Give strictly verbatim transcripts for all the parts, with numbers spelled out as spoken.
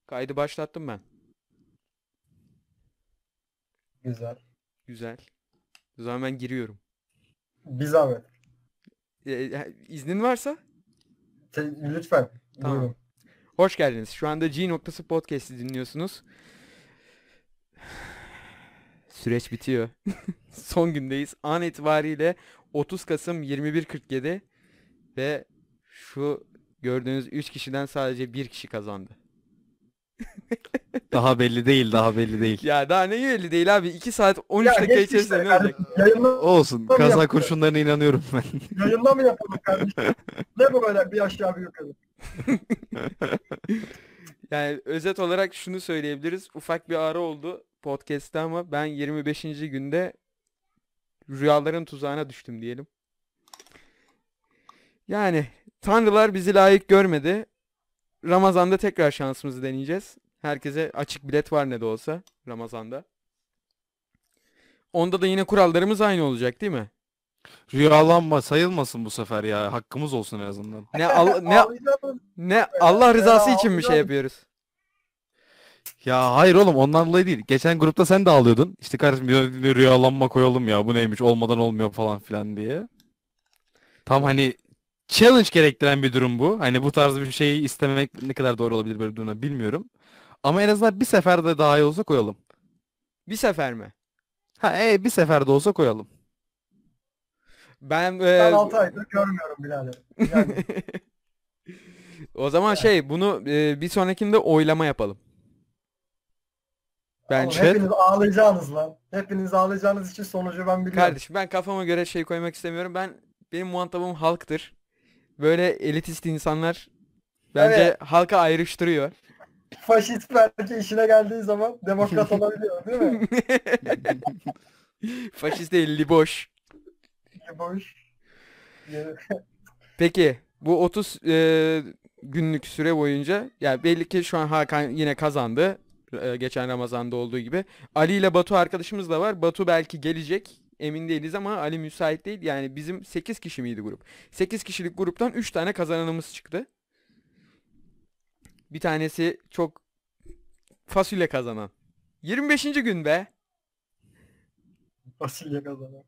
Kaydı başlattım ben. Güzel. Güzel. O zaman ben giriyorum. Bir zahmet. Ee, iznin varsa? Te- lütfen. Tamam. Buyurun. Hoş geldiniz. Şu anda G noktası podcast'i dinliyorsunuz. Süreç bitiyor. Son gündeyiz. An itibariyle otuz Kasım yirmi bir kırk yedi ve şu gördüğünüz üç kişiden sadece bir kişi kazandı. Daha belli değil, daha belli değil. Ya daha ne belli değil abi. iki saat on üç Ya dakika geç içerisinde işte ne olacak? kardeşim. Yayında Olsun, mı kaza yapalım? kurşunlarına inanıyorum ben. Yayında mı yapalım kardeşim? Ne bu böyle bir aşağı bir yukarı? Yani özet olarak şunu söyleyebiliriz. Ufak bir ara oldu podcast'te ama ben yirmi beşinci günde rüyaların tuzağına düştüm diyelim. Yani tanrılar bizi layık görmedi. Ramazan'da tekrar şansımızı deneyeceğiz. Herkese açık bilet var ne de olsa Ramazan'da. Onda da yine kurallarımız aynı olacak değil mi? Rüyalanma sayılmasın bu sefer ya. Hakkımız olsun en azından. Ne al- ne Ağlayacağım. ne Allah rızası Ya, için bir şey ağlayacağım. yapıyoruz. Ya hayır oğlum ondan dolayı değil. Geçen grupta sen de ağlıyordun. İşte kardeşim bir bir rüyalanma koyalım ya. Bu neymiş olmadan olmuyor falan filan diye. Tam hani challenge gerektiren bir durum bu. Hani bu tarz bir şeyi istemek ne kadar doğru olabilir böyle bir durumda bilmiyorum. Ama en azından bir seferde daha iyi olsa koyalım. Bir sefer mi? Ha e, bir seferde olsa koyalım. Ben Ben e, altı aydır görmüyorum birader. Yani o zaman şey bunu e, bir sonrakinde oylama yapalım. oğlum Bence. hepiniz ağlayacaksınız lan. Hepiniz ağlayacağınız için sonucu ben biliyorum. Kardeşim ben kafama göre şey koymak istemiyorum. Ben benim muhatabım halktır. Böyle elitist insanlar bence Evet. halka ayrıştırıyor. Faşist belki işine geldiği zaman demokrat olabiliyor değil mi? Faşist değil, liboş. Boş. Yani Peki bu otuz e, günlük süre boyunca ya belli ki şu an Hakan yine kazandı. E, geçen Ramazan'da olduğu gibi. Ali ile Batu arkadaşımız da var. Batu belki gelecek. Emin değiliz ama Ali müsait değil. Yani bizim sekiz kişi miydi grup? sekiz kişilik gruptan üç tane kazananımız çıktı. Bir tanesi çok fasulye kazanan. yirmi beşinci gün be. fasulye kazanan.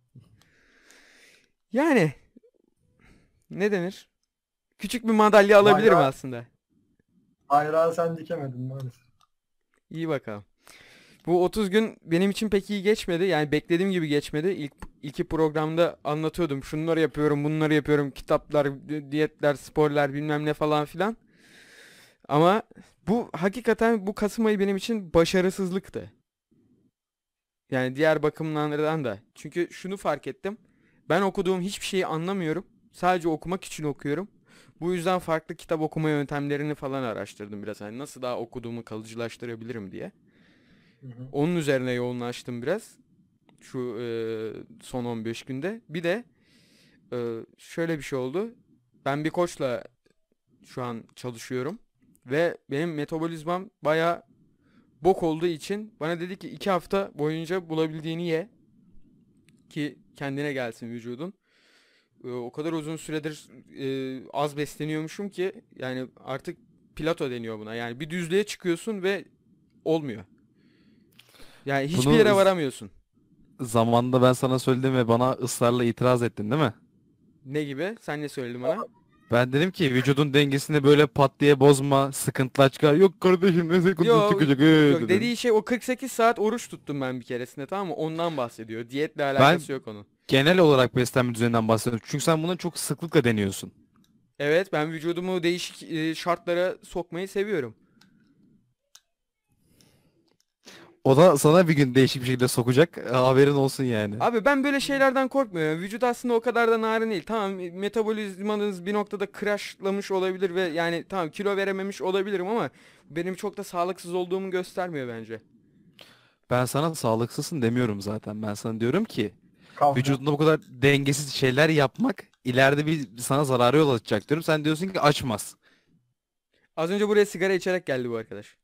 Yani ne denir? Küçük bir madalya alabilirim Bayrağı, aslında. bayrağı sen dikemedin maalesef. İyi bakalım. Bu otuz gün benim için pek iyi geçmedi. Yani beklediğim gibi geçmedi. İlk iki programda anlatıyordum. Şunları yapıyorum, bunları yapıyorum. Kitaplar, diyetler, sporlar bilmem ne falan filan. Ama bu hakikaten bu Kasım ayı benim için başarısızlıktı. Yani diğer bakımlardan da. Çünkü şunu fark ettim. Ben okuduğum hiçbir şeyi anlamıyorum. Sadece okumak için okuyorum. Bu yüzden farklı kitap okuma yöntemlerini falan araştırdım biraz. Hani nasıl daha okuduğumu kalıcılaştırabilirim diye. Hı hı. Onun üzerine yoğunlaştım biraz. Şu e, son on beş günde. Bir de e, şöyle bir şey oldu. Ben bir koçla şu an çalışıyorum. Ve benim metabolizmam baya bok olduğu için bana dedi ki iki hafta boyunca bulabildiğini ye. Ki kendine gelsin vücudun. E, o kadar uzun süredir e, az besleniyormuşum ki yani artık plato deniyor buna. Yani bir düzlüğe çıkıyorsun ve olmuyor. Yani hiçbir Bunu yere z- varamıyorsun. zamanında ben sana söyledim ve bana ısrarla itiraz ettin değil mi? Ne gibi? Sen ne söyledin bana? Ben dedim ki vücudun dengesini böyle pat diye bozma, sıkıntılar çıkar. Yok kardeşim ne sıkıntı Yok çıkacak ee, yok dedin. dediği şey o kırk sekiz saat oruç tuttum ben bir keresinde, tamam mı? Ondan bahsediyor. Diyetle Ben alakası yok onun. genel olarak beslenme düzeninden bahsediyorum. Çünkü sen bunu çok sıklıkla deniyorsun. Evet, ben vücudumu değişik e, şartlara sokmayı seviyorum. O da sana bir gün değişik bir şekilde sokacak. e, Haberin olsun yani. Abi ben böyle şeylerden korkmuyorum. Vücut aslında o kadar da narin değil. Tamam, metabolizmanız bir noktada crashlamış olabilir ve yani tamam kilo verememiş olabilirim ama benim çok da sağlıksız olduğumu göstermiyor bence. Ben sana sağlıksızsın demiyorum zaten. Ben sana diyorum ki Kavga. vücudunda bu kadar dengesiz şeyler yapmak ileride bir sana zararı yol açacak diyorum. Sen diyorsun ki açmaz. Az önce buraya sigara içerek geldi bu arkadaş.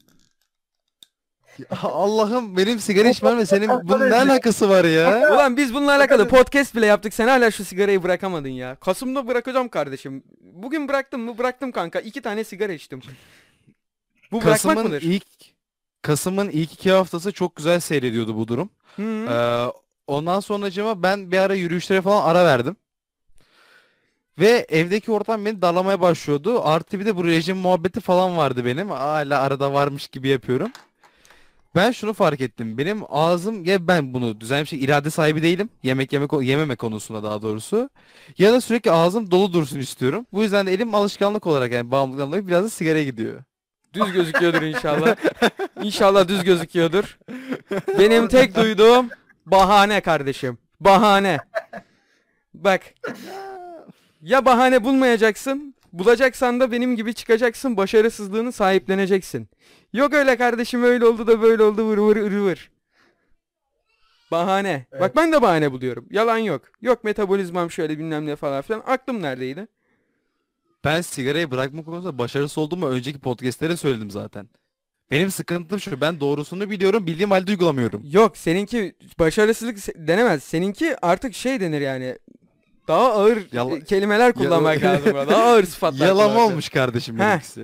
Ya Allah'ım benim sigara içmem ve senin bunun ne Kardeşim. alakası var ya? Ulan biz bununla alakalı podcast bile yaptık. Sen hala şu sigarayı bırakamadın ya. Kasım'da bırakacağım kardeşim. Bugün bıraktım mı? Bıraktım kanka. İki tane sigara içtim. Bu bırakmak Kasım'ın mıdır? ilk Kasım'ın ilk iki haftası çok güzel seyrediyordu bu durum. Hı hı. Ee, ondan sonracığıma ben bir ara yürüyüşlere falan ara verdim. Ve evdeki ortam beni darlamaya başlıyordu. Artı bir de bu rejim muhabbeti falan vardı benim. Hala arada varmış gibi yapıyorum. Ben şunu fark ettim. Benim ağzım ya ben bunu düzenli bir şey irade sahibi değilim. Yemek yemek yememe konusunda daha doğrusu. Ya da sürekli ağzım dolu dursun istiyorum. Bu yüzden de elim alışkanlık olarak yani bağımlılık olarak biraz da sigaraya gidiyor. Düz gözüküyordur inşallah. İnşallah düz gözüküyordur. Benim tek duyduğum bahane kardeşim. Bahane. Bak. Ya bahane bulmayacaksın. Bulacaksan da benim gibi çıkacaksın. Başarısızlığını sahipleneceksin. Yok öyle kardeşim öyle oldu da böyle oldu vır vır ır vır. Bahane. Evet. Bak ben de bahane buluyorum. Yalan yok. Yok metabolizmam şöyle bilmem ne falan filan. Aklım neredeydi? Ben sigarayı bırakma konusunda başarısız olduğumu önceki podcastlere söyledim zaten. Benim sıkıntım şu, ben doğrusunu biliyorum, bildiğim halde uygulamıyorum. Yok seninki başarısızlık se- denemez. Seninki artık şey denir yani. Daha ağır Yala- e, kelimeler kullanmak Yala- lazım. Daha ağır sıfatlar Yalan kullanmak lazım. olmuş kardeşim Heh. benimkisi.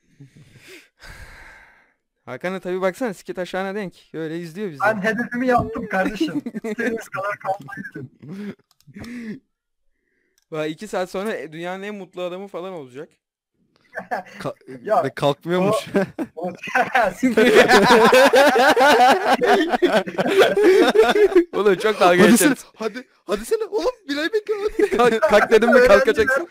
Hakan'a tabii baksana sikit aşağına denk. Öyle izliyor bizi. Ben hedefimi yaptım kardeşim. İstediğiniz kadar kalmayın. Vay iki saat sonra e, dünyanın en mutlu adamı falan olacak. Ka- Ya, ve kalkmıyormuş. O- Oğlum çok dalga hadi sen, geçeriz. hadi, hadi sen oğlum Bilal bekle hadi. Kalk, kalk dedim mi kalkacaksın.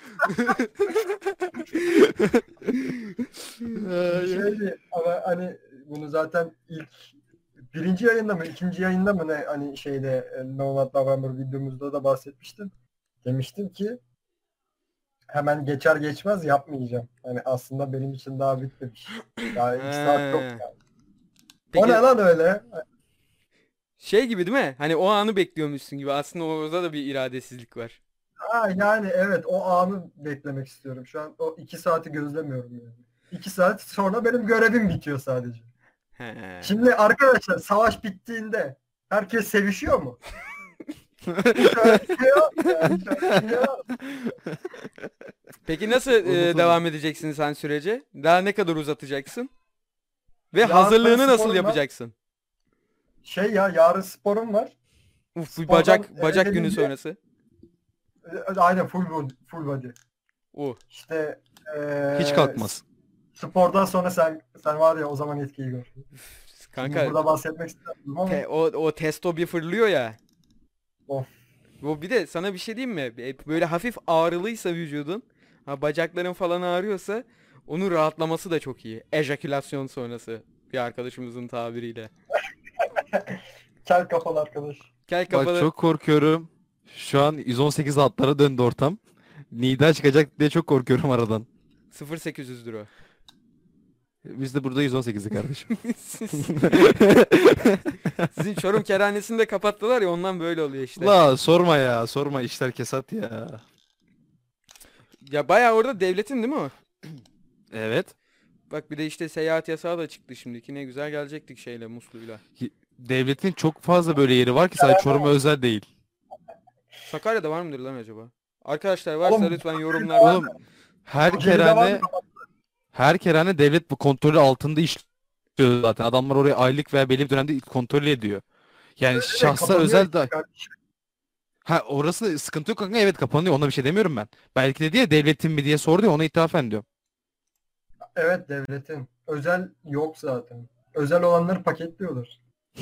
Şeydi ama hani bunu zaten ilk birinci yayında mı ikinci yayında mı ne hani şeyde e, Nomad November videomuzda da bahsetmiştim. Demiştim ki hemen geçer geçmez yapmayacağım. Hani aslında benim için daha bitmemiş. Daha iki saat yok He. yani. Peki O ne lan öyle? şey gibi değil mi? Hani o anı bekliyormuşsun gibi. Aslında orada da bir iradesizlik var. Ha yani evet o anı beklemek istiyorum. Şu an o iki saati gözlemiyorum yani. İki saat sonra benim görevim bitiyor sadece. He. Şimdi arkadaşlar savaş bittiğinde herkes sevişiyor mu? Hiç öyle bir şey yok yani, hiç öyle bir şey yok. Peki nasıl e, Unutalım. devam edeceksin sen sürece? Daha ne kadar uzatacaksın? Ve Yarın hazırlığını nasıl sporum var. yapacaksın? Şey ya yarın sporum var. Uf bir Spordan bacak eve bacak günü gelince- sonrası. Ee, Aynen full body. Full body. Uh. İşte ee, Hiç kalkmaz. spordan sonra sen sen var ya o zaman etkiyi gör. Şimdi Kanka burada bahsetmek istedim ama te- o o testo bir fırlıyor ya. Of. Bu bir de sana bir şey diyeyim mi? E, Böyle hafif ağrılıysa vücudun, ha bacakların falan ağrıyorsa onun rahatlaması da çok iyi. Ejakülasyon sonrası bir arkadaşımızın tabiriyle. kel kafalı arkadaş. Kel Bak kafalı. çok korkuyorum. Şu an yüz on sekiz atlara döndü ortam. Nida çıkacak diye çok korkuyorum aradan. sıfır sekiz yüzdür o. Biz de burada yüz on sekizdi kardeşim. Sizin Çorum kerhanesini de kapattılar ya ondan böyle oluyor işte. La sorma ya, sorma işler kesat ya. Ya bayağı orada devletin değil mi o? Evet. Bak bir de işte seyahat yasağı da çıktı şimdiki. Ne güzel gelecektik şeyle Muslu'yla. Devletin çok fazla böyle yeri var ki sadece Çorum'a özel değil. Sakarya'da var mıdır lan acaba? Arkadaşlar varsa Oğlum, lütfen yorumlarda. Oğlum her Kocaeli'de var kerane mı? her kerane devlet bu kontrolü altında işliyor zaten. Adamlar oraya aylık veya belli bir dönemde kontrol ediyor. Yani şahsa Kapanıyor özel işte da kardeşim. ha orası sıkıntı yok kanka, evet kapanıyor, ona bir şey demiyorum ben. Belki de diye devletin mi diye sordu ya, ona ithafen diyorum. Evet devletin. Özel yok zaten. Özel olanları paketliyorlar.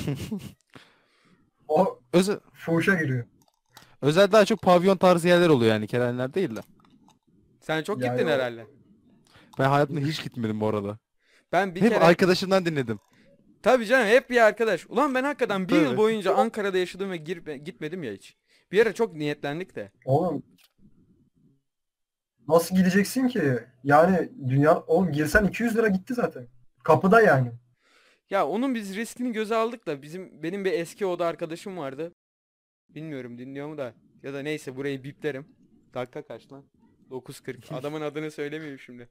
O Özel, fuhuşa giriyor. özel daha çok pavyon tarzı yerler oluyor yani, kerhaneler değil de. Sen çok Ya gittin yok. herhalde. Ben hayatımda hiç gitmedim bu arada. Ben bir Hep kere... arkadaşımdan dinledim. Tabii canım hep bir arkadaş. Ulan ben hakikaten bir yıl Tabii. boyunca Ankara'da yaşadım ve girme- gitmedim ya hiç. Bir ara çok niyetlendik de. Oğlum nasıl gideceksin ki? Yani dünya oğlum girsen iki yüz lira gitti zaten. Kapıda yani. Ya onun biz riskini göze aldık da bizim benim bir eski oda arkadaşım vardı. Bilmiyorum dinliyor mu da. Ya da neyse burayı biplerim. Dakika kaç lan? dokuz kırk. Adamın adını söylemiyorum şimdi.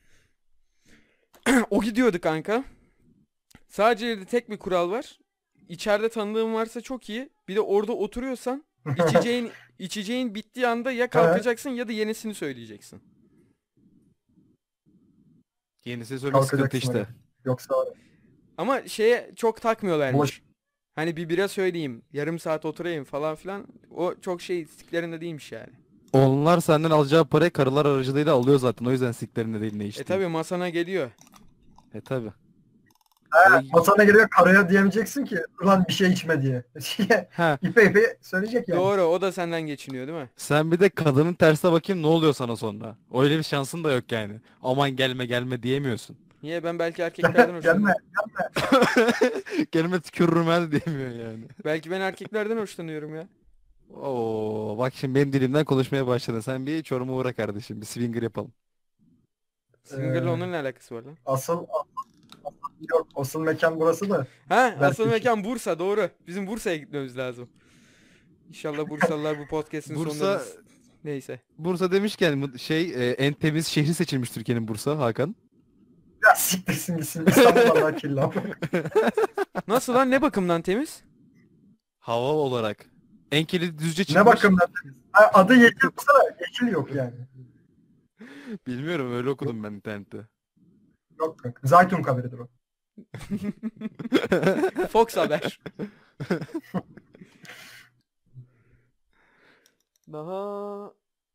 O gidiyordu kanka. Sadece evde tek bir kural var. İçeride tanıdığın varsa çok iyi. Bir de orada oturuyorsan içeceğin içeceğin bittiği anda ya kalkacaksın ya da yenisini söyleyeceksin. Yenisini söylemek sıkıntı Kalkacaksın işte. oraya. Yoksa Ama şeye çok takmıyorlarmış. Bulaş- Hani bir bira söyleyeyim, yarım saat oturayım falan filan. O çok şey istiklerinde değilmiş yani. Onlar senden alacağı parayı karılar aracılığıyla alıyor zaten. O yüzden siklerinde değil ne E işte. tabi masana geliyor. E tabi. masana geliyor, karıya diyemeyeceksin ki ulan bir şey içme diye. Ha, İpe ipe söyleyecek yani. Doğru, o da senden geçiniyor değil mi? sen bir de kadının tersine bakayım ne oluyor sana sonra. Öyle bir şansın da yok yani. Aman gelme gelme diyemiyorsun. Niye, ben belki erkeklerden Gelme. hoşlanıyorum. Gelme tükürürüm her diyemiyor yani. Belki ben erkeklerden hoşlanıyorum ya. Oo, bak şimdi benim dilimden konuşmaya başladın. Sen bir Çorum'a uğra kardeşim. Bir swinger yapalım. Swinger'la Ee, onun ne alakası var lan? Asıl, asıl yok. Asıl mekan burası da. Ha, Belki asıl bir- mekan Bursa, doğru. Bizim Bursa'ya gitmemiz lazım. İnşallah Bursalılar bu podcast'in sonunda Bursa biz- neyse. Bursa demişken bu şey e, en temiz şehri seçilmiş Türkiye'nin Bursa Hakan. Ya siktirsin gitsin. İstanbul'dan daha kirli ama. Nasıl lan, ne bakımdan temiz? Hava olarak. En kirli düzce çıkmış. Ne bakımdan? Ha, adı yeşil olsa yeşil yok yani. Bilmiyorum öyle okudum ben internette. Yok yok. Zaytun haberidir o. Fox Haber. Daha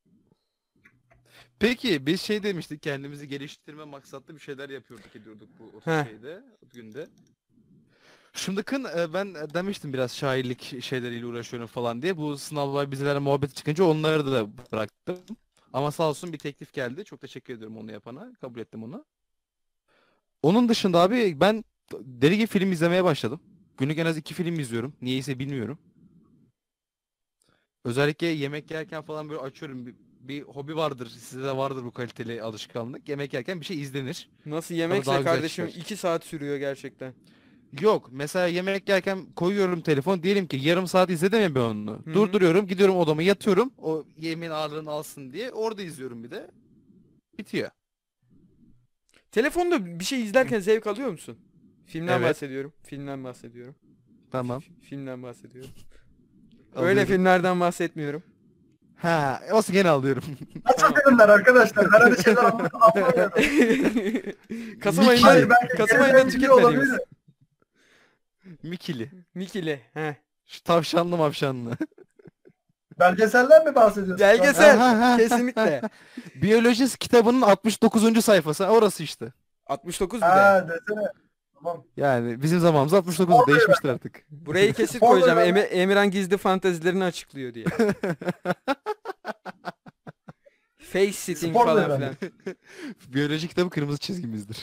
Peki biz şey demiştik kendimizi geliştirme maksatlı bir şeyler yapıyorduk ediyorduk bu o Heh. şeyde o günde. Şımdıkın e, ben demiştim biraz şairlik şeyleriyle uğraşıyorum falan diye. Bu sınavlar vizeler muhabbeti çıkınca onları da bıraktım. Ama sağ olsun bir teklif geldi. Çok teşekkür ediyorum onu yapana. Kabul ettim onu. Onun dışında abi ben deli gibi film izlemeye başladım. Günlük en az iki film izliyorum. Niyeyse bilmiyorum. Özellikle yemek yerken falan böyle açıyorum. Bir, bir hobi vardır. Sizde de vardır bu kaliteli alışkanlık. Yemek yerken bir şey izlenir. nasıl daha yemekse güzel kardeşim, çıkar. iki saat sürüyor gerçekten. Yok. Mesela yemek yerken koyuyorum telefon. Diyelim ki yarım saat izledim ya ben onu. Hı hı. Durduruyorum. Gidiyorum odama yatıyorum. O yemeğin ağırlığını alsın diye. Orada izliyorum bir de. Bitiyor. Telefonda bir şey izlerken zevk alıyor musun? Filmden Evet. bahsediyorum. Filmden bahsediyorum. Tamam. F- Filmden bahsediyorum. Öyle Alıyorum. filmlerden bahsetmiyorum. Ha, olsun gene alıyorum. Nasıl filmler arkadaşlar? Ben öyle şeyler anlam- anlamıyorum. Kasım Miki- ayında, Hayır, belki Kasım geri ayında zekalı tüketmediğimiz. olabilir. Mikili. Mikili. He. Şu tavşanlı mavşanlı. Belgeselden mi bahsediyorsun? Belgesel. Ha, ha, ha. Kesinlikle. Biyoloji kitabının altmış dokuzuncu sayfası. Orası işte. altmış dokuz bir de. Ha desene. Tamam. Yani bizim zamanımızda altmış dokuz Orada değişmiştir artık. Burayı kesit Orada koyacağım. ben- Emi- Emirhan gizli fantezilerini açıklıyor diye. Face sitting Spor falan da filan. Biyoloji kitabı kırmızı çizgimizdir.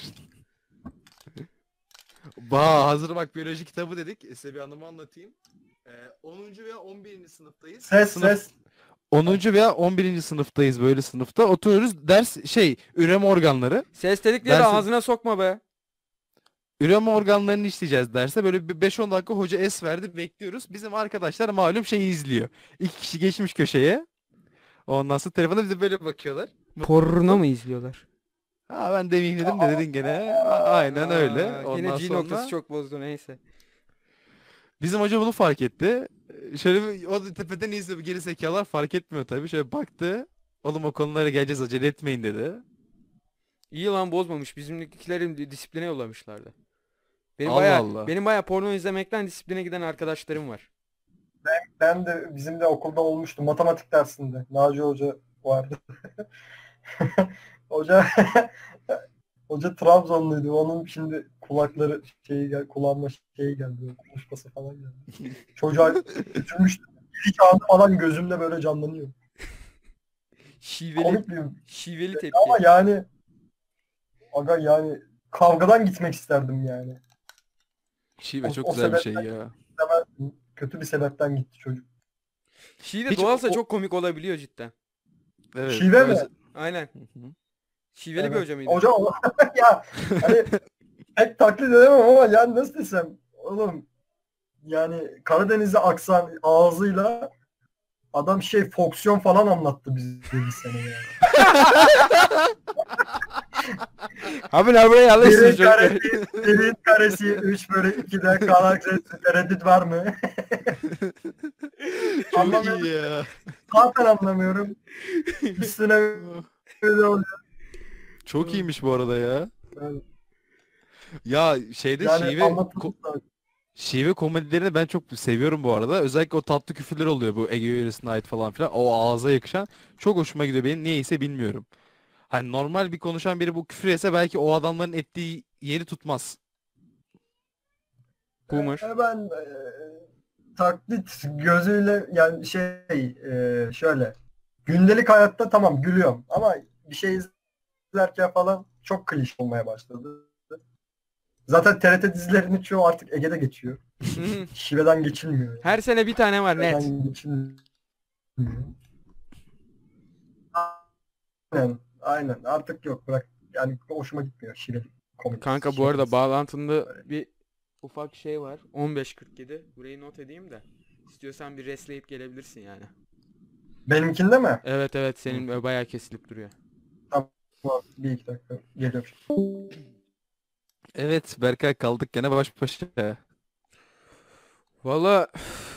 Ba hazır bak biyoloji kitabı dedik. E, Size bir anımı anlatayım. Ee, onuncu veya on birinci sınıftayız. Ses Sınıf- ses. onuncu veya on birinci sınıftayız böyle sınıfta. Oturuyoruz ders şey üreme organları. Ses dedikleri Dersin- ağzına sokma be. Üreme organlarını işleyeceğiz derste. Böyle bir beş on dakika hoca es verdi bekliyoruz. Bizim arkadaşlar malum şeyi izliyor. İki kişi geçmiş köşeye. Ondan sonra telefona bize böyle bakıyorlar. Porno mu izliyorlar? Ha ben demeyeyim dedim de dedin gene. A- Aynen öyle. Aa, Ondan Yine G sonra noktası çok bozdu, neyse. bizim hoca bunu fark etti. Ee, Şöyle bir, o da tepeden izliyor. Geri zekalar fark etmiyor tabii. Şöyle baktı. Oğlum o konulara geleceğiz acele etmeyin dedi. İyi lan, bozmamış. Bizimkilerin di- disipline yollamışlardı. Benim Allah bayağı Allah. benim bayağı porno izlemekten disipline giden arkadaşlarım var. Ben de bizim de okulda olmuştu. Matematik dersinde. Naci Hoca vardı. Hoca Hoca Trabzonluydu. Onun şimdi kulakları şeyi gel, kulağıma şeyi geldi. böyle Konuşması falan geldi. Çocuğa götürmüştüm. İlk anı falan gözümde böyle canlanıyor. Şiveli Komik bir şiveli tepki. ama yani aga yani kavgadan gitmek isterdim yani. Şive O- çok o güzel bir şey sebepten- ya. Hemen kötü bir sebepten gitti çocuk. Şive Hiç doğalsa o- çok komik olabiliyor cidden. Evet. Şive mi? öz- Aynen. Hı hı. Şiveli bir Evet. hoca mıydı? Hoca o- ya hani pek taklit edemem ama yani nasıl desem oğlum yani Karadeniz'de aksan ağzıyla adam şey fonksiyon falan anlattı bize bir sene yani. Abi ne buraya Birin alırsınız çocuklar. karesi, birin karesi üç bölü ikide kalan tereddüt var mı? Çok Anlamıyorum. iyi ya. Zaten anlamıyorum. Üstüne böyle oluyor. Çok iyiymiş bu arada ya. Yani, Ya şeyde yani şive anlatılmış ko- şive komedilerini ben çok seviyorum bu arada. Özellikle o tatlı küfürler oluyor bu Ege yöresine ait falan filan. O ağza yakışan çok hoşuma gidiyor benim. Niyeyse bilmiyorum. Hani normal bir konuşan biri bu küfür etse belki o adamların ettiği yeri tutmaz. Boomer. E, ben e, taklit gözüyle yani şey e, şöyle gündelik hayatta tamam gülüyorum ama bir şey izlerken falan çok klişe olmaya başladı. Zaten T R T dizilerinin çoğu artık Ege'de geçiyor. Şive'den geçilmiyor. Her sene bir tane var net. Şive'den geçilmiyor. Aynen, aynen. Artık yok bırak. Yani hoşuma gitmiyor Şive komik. Kanka bu arada bağlantında bir ufak şey var. on beş kırk yedi. Burayı not edeyim de. İstiyorsan bir restleyip gelebilirsin yani. Benimkinde mi? Evet evet senin böyle bayağı kesilip duruyor. Tamam. Bir iki dakika. Geliyorum. Evet Berkay kaldık gene baş başa. Valla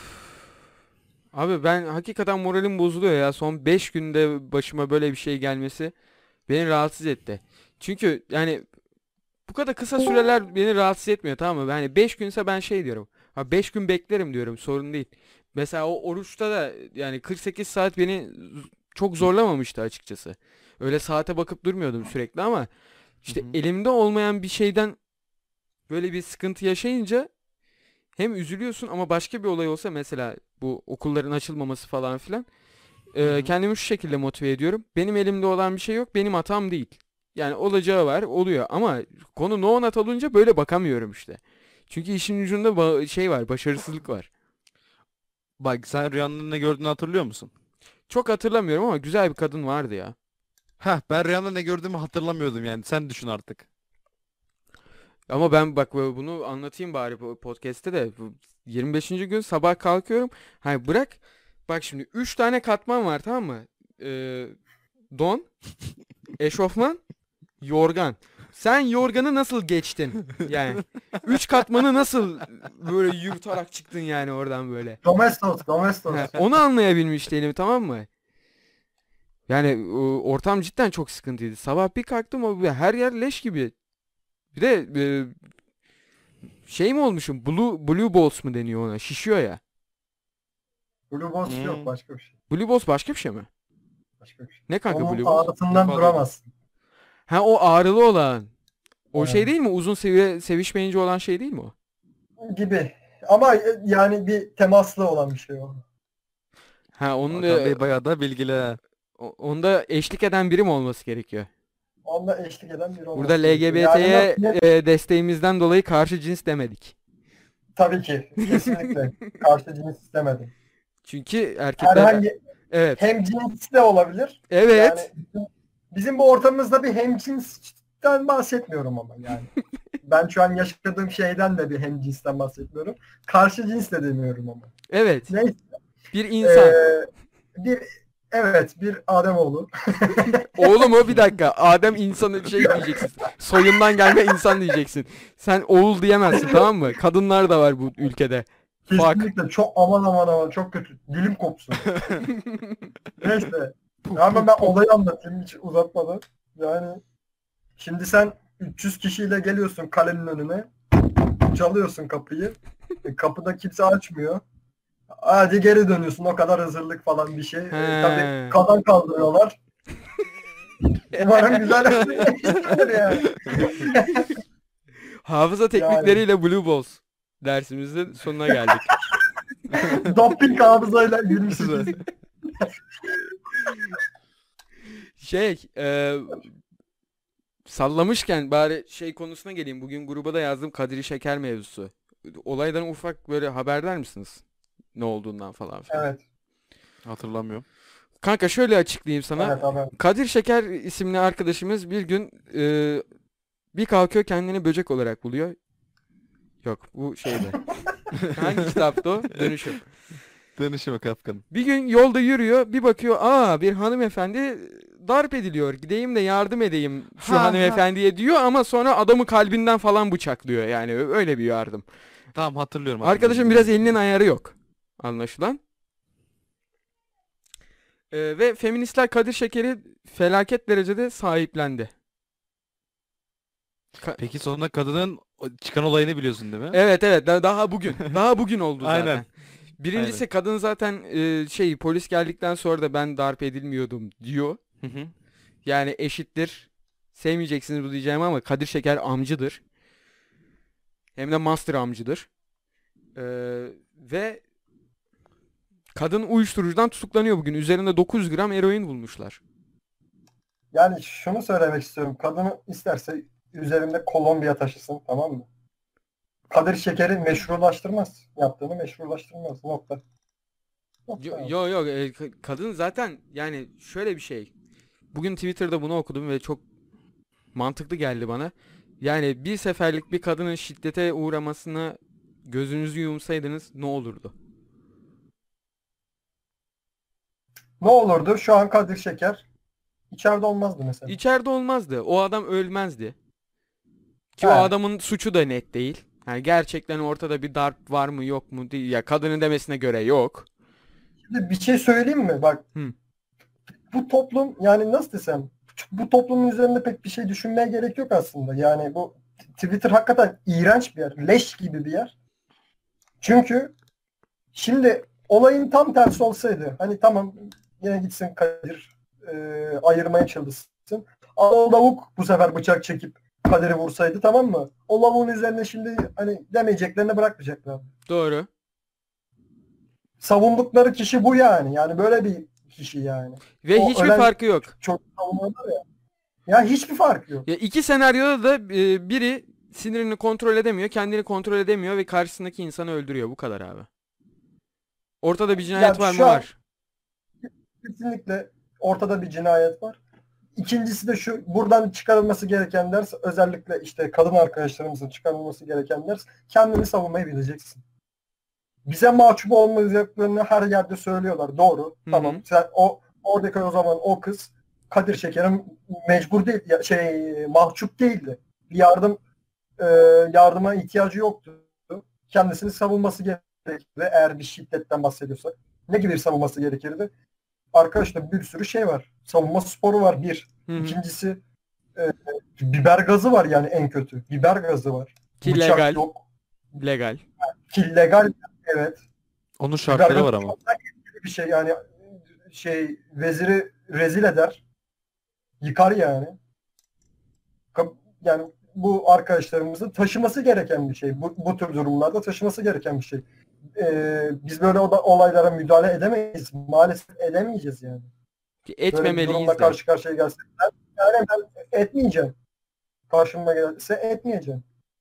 abi ben hakikaten moralim bozuluyor ya. Son beş günde başıma böyle bir şey gelmesi beni rahatsız etti. Çünkü yani bu kadar kısa süreler beni rahatsız etmiyor, tamam mı? Yani beş günse ben şey diyorum. Ha beş gün beklerim diyorum, sorun değil. Mesela o oruçta da yani kırk sekiz saat beni z- çok zorlamamıştı açıkçası. Öyle saate bakıp durmuyordum sürekli ama işte Hı hı. elimde olmayan bir şeyden böyle bir sıkıntı yaşayınca hem üzülüyorsun ama başka bir olay olsa mesela bu okulların açılmaması falan filan Hı e, hı. kendimi şu şekilde motive ediyorum. Benim elimde olan bir şey yok, benim hatam değil. Yani olacağı var, oluyor ama konu no not olunca böyle bakamıyorum işte. Çünkü işin ucunda ba- şey var, başarısızlık var. Bak sen rüyanda ne gördüğünü hatırlıyor musun? Çok hatırlamıyorum ama güzel bir kadın vardı ya. Heh ben rüyamda ne gördüğümü hatırlamıyordum yani sen düşün artık. Ama ben bak böyle bunu anlatayım bari bu podcast'te de. Bu yirmi beşinci gün sabah kalkıyorum. Hayır bırak. Bak şimdi üç tane katman var, tamam mı? Ee, don, eşofman, yorgan. Sen yorganı nasıl geçtin? Yani üç katmanı nasıl böyle yırtarak çıktın yani oradan böyle. Domestos, Domestos. Ha, onu anlayabilmiş değilim, tamam mı? Yani o, ortam cidden çok sıkıntıydı. Sabah bir kalktım o her yer leş gibi. Bir de e, şey mi olmuşum? Blue Blue Balls mu deniyor ona? Şişiyor ya. Blue Boss yok Hmm. başka bir şey. Blue Balls başka bir şey mi? Başka bir şey. Ne kanka Onun Blue Balls? ağrısından defa duramazsın. Ha o ağrılı olan. O şey Yani, değil mi? Uzun sevi sevişmeyince olan şey değil mi o? gibi. Ama e, yani bir temaslı olan bir şey o. Ha onun Hakan da Bey bayağı da bilgili ha. o- onda eşlik eden biri mi olması gerekiyor? Onunla eşlik eden biri Burada olması gerekiyor. Yani L G B T'ye nasıl? e, desteğimizden dolayı karşı cins demedik. Tabii ki. Kesinlikle. Karşı cins istemedim. Çünkü erkekler Herhangi evet. hem cins de olabilir. Yani Evet. bizim, bizim bu ortamımızda bir hemcinsten bahsetmiyorum ama yani. Ben şu an yaşadığım şeyden de bir hemcinsten bahsetmiyorum. Karşı cins de demiyorum ama. Evet. Neyse. Bir insan. Ee, bir evet bir Ademoğlu. Oğlum o bir dakika. Adem insanı şey diyeceksin. Soyundan gelme insan diyeceksin. Sen oğul diyemezsin, tamam mı? Kadınlar da var bu ülkede. Fuck. Kesinlikle çok aman aman aman çok kötü. Dilim kopsun. Neyse. Ama ben olayı anlatayım hiç uzatmadan. Yani şimdi sen üç yüz kişiyle geliyorsun kalenin önüne. Çalıyorsun kapıyı. E, kapıda kimse açmıyor. Hadi geri dönüyorsun. O kadar hazırlık falan bir şey. E, tabii He. kazan kaldırıyorlar. Umarım güzel bir yani. Hafıza teknikleriyle Blue Balls dersimizin sonuna geldik. Doping hafızayla yirmi sekiz. Şey, e, sallamışken bari şey konusuna geleyim. Bugün gruba da yazdım Kadri Şeker mevzusu. Olaydan ufak böyle haberdar mısınız? Ne olduğundan falan filan. Evet. Hatırlamıyorum. Kanka şöyle açıklayayım sana. Evet abi. Kadir Şeker isimli arkadaşımız bir gün e, bir kalkıyor kendini böcek olarak buluyor. Yok bu şeyde. Hangi kitapta o? Dönüşüm. Dönüşüme Kafka'nın. Bir gün yolda yürüyor, bir bakıyor, aa bir hanımefendi darp ediliyor. Gideyim de yardım edeyim şu Ha, ha. hanımefendiye diyor ama sonra adamı kalbinden falan bıçaklıyor. Yani ö- öyle bir yardım. Tamam hatırlıyorum. Arkadaşım hatırlıyorum. biraz elinin ayarı yok. Anlaşılan. Ee, ve feministler Kadir Şeker'i felaket derecede sahiplendi. Ka- Peki sonunda kadının o çıkan olayını biliyorsun değil mi? Evet evet da- daha bugün. Daha bugün oldu zaten. Aynen. Birincisi Aynen. kadın zaten e, şey polis geldikten sonra da ben darp edilmiyordum diyor. Hı hı. Yani eşittir. Sevmeyeceksiniz bu diyeceğim ama Kadir Şeker amcıdır. Hem de master amcıdır. Ee, ve kadın uyuşturucudan tutuklanıyor bugün. Üzerinde dokuz yüz gram eroin bulmuşlar. Yani şunu söylemek istiyorum. Kadını isterse üzerinde Kolombiya taşısın, tamam mı? Kadir Şeker'i meşrulaştırmaz. Yaptığını meşrulaştırmaz. Nokta. Nokta. Yo yo, yo, e, ka- kadın zaten yani şöyle bir şey. Bugün Twitter'da bunu okudum ve çok mantıklı geldi bana. Yani bir seferlik bir kadının şiddete uğramasına gözünüzü yumsaydınız ne olurdu? Ne olurdu? Şu an Kadir Şeker içeride olmazdı mesela. İçeride olmazdı. O adam ölmezdi. Ki He. o adamın suçu da net değil. Yani gerçekten ortada bir darp var mı yok mu değil. Ya kadının demesine göre yok. Şimdi bir şey söyleyeyim mi? Bak Hı. bu toplum yani nasıl desem bu toplumun üzerinde pek bir şey düşünmeye gerek yok aslında. Yani bu Twitter hakikaten iğrenç bir yer. Leş gibi bir yer. Çünkü şimdi olayın tam tersi olsaydı hani tamam yine gitsin Kadir e, ayırmaya çalışsın. Ama o lavuk bu sefer bıçak çekip Kadir'i vursaydı, tamam mı? O lavuğun üzerine şimdi hani demeyeceklerini bırakmayacaklar. Doğru. Savundukları kişi bu yani. Yani böyle bir kişi yani. Ve O hiçbir ölen farkı yok. çok savunuyorlar ya. Ya hiçbir fark yok. Ya iki senaryoda da e, biri sinirini kontrol edemiyor, kendini kontrol edemiyor ve karşısındaki insanı öldürüyor. Bu kadar abi. Ortada bir cinayet Ya var mı? şu an Var. kesinlikle ortada bir cinayet var. İkincisi de şu, buradan çıkarılması gereken ders, özellikle işte kadın arkadaşlarımızın çıkarılması gereken ders, kendini savunmayı bileceksin. Bize mahcup olmayacaklarını her yerde söylüyorlar. Doğru. Hı Tamam. hı. Sen o oradaki o zaman o kız Kadir Şeker'in mecbur değil ya- şey mahcup değildi. Bir yardım e, yardıma ihtiyacı yoktu. Kendisini savunması gerekirdi eğer bir şiddetten bahsediyorsak. Ne gibi bir savunması gerekirdi? Arkadaşlar bir sürü şey var. Savunma sporu var bir. Hı hı. İkincisi e, biber gazı var yani en kötü. Biber gazı var. Ki Bıçak legal. yok. Legal. Ki legal, evet. Onun Biber şartları gazı var ama. çok da etkili bir şey yani şey veziri rezil eder. Yıkar yani. Ka- Yani bu arkadaşlarımızın taşıması gereken bir şey. Bu, bu tür durumlarda taşıması gereken bir şey. Ee, biz böyle oda- olaylara müdahale edemeyiz. Maalesef edemeyeceğiz yani. Ki Böyle bir etmemeliyiz durumla de. karşı karşıya gelsek ben, yani ben etmeyeceğim. Karşıma gelse etmeyeceğim.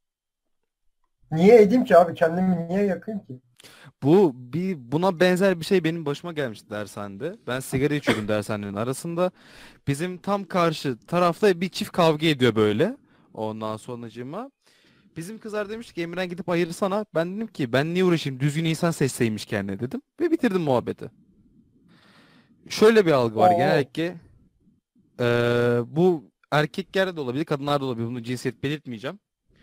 Niye edeyim ki abi? Kendimi niye yakayım ki? Bu bir buna benzer bir şey benim başıma gelmişti dershanede. Ben sigara içiyordum dershanenin arasında. Bizim tam karşı tarafta bir çift kavga ediyor böyle. Ondan sonracığıma bizim kızlar demiş ki Emirhan gidip ayırsana. Ben dedim ki ben niye uğraşayım? Düzgün insan seçseymiş kendine dedim. Ve bitirdim muhabbeti. Şöyle bir algı var Oo. genellikle. Eee, bu erkeklerde de olabilir, kadınlarda da olabilir. Bunu cinsiyet belirtmeyeceğim.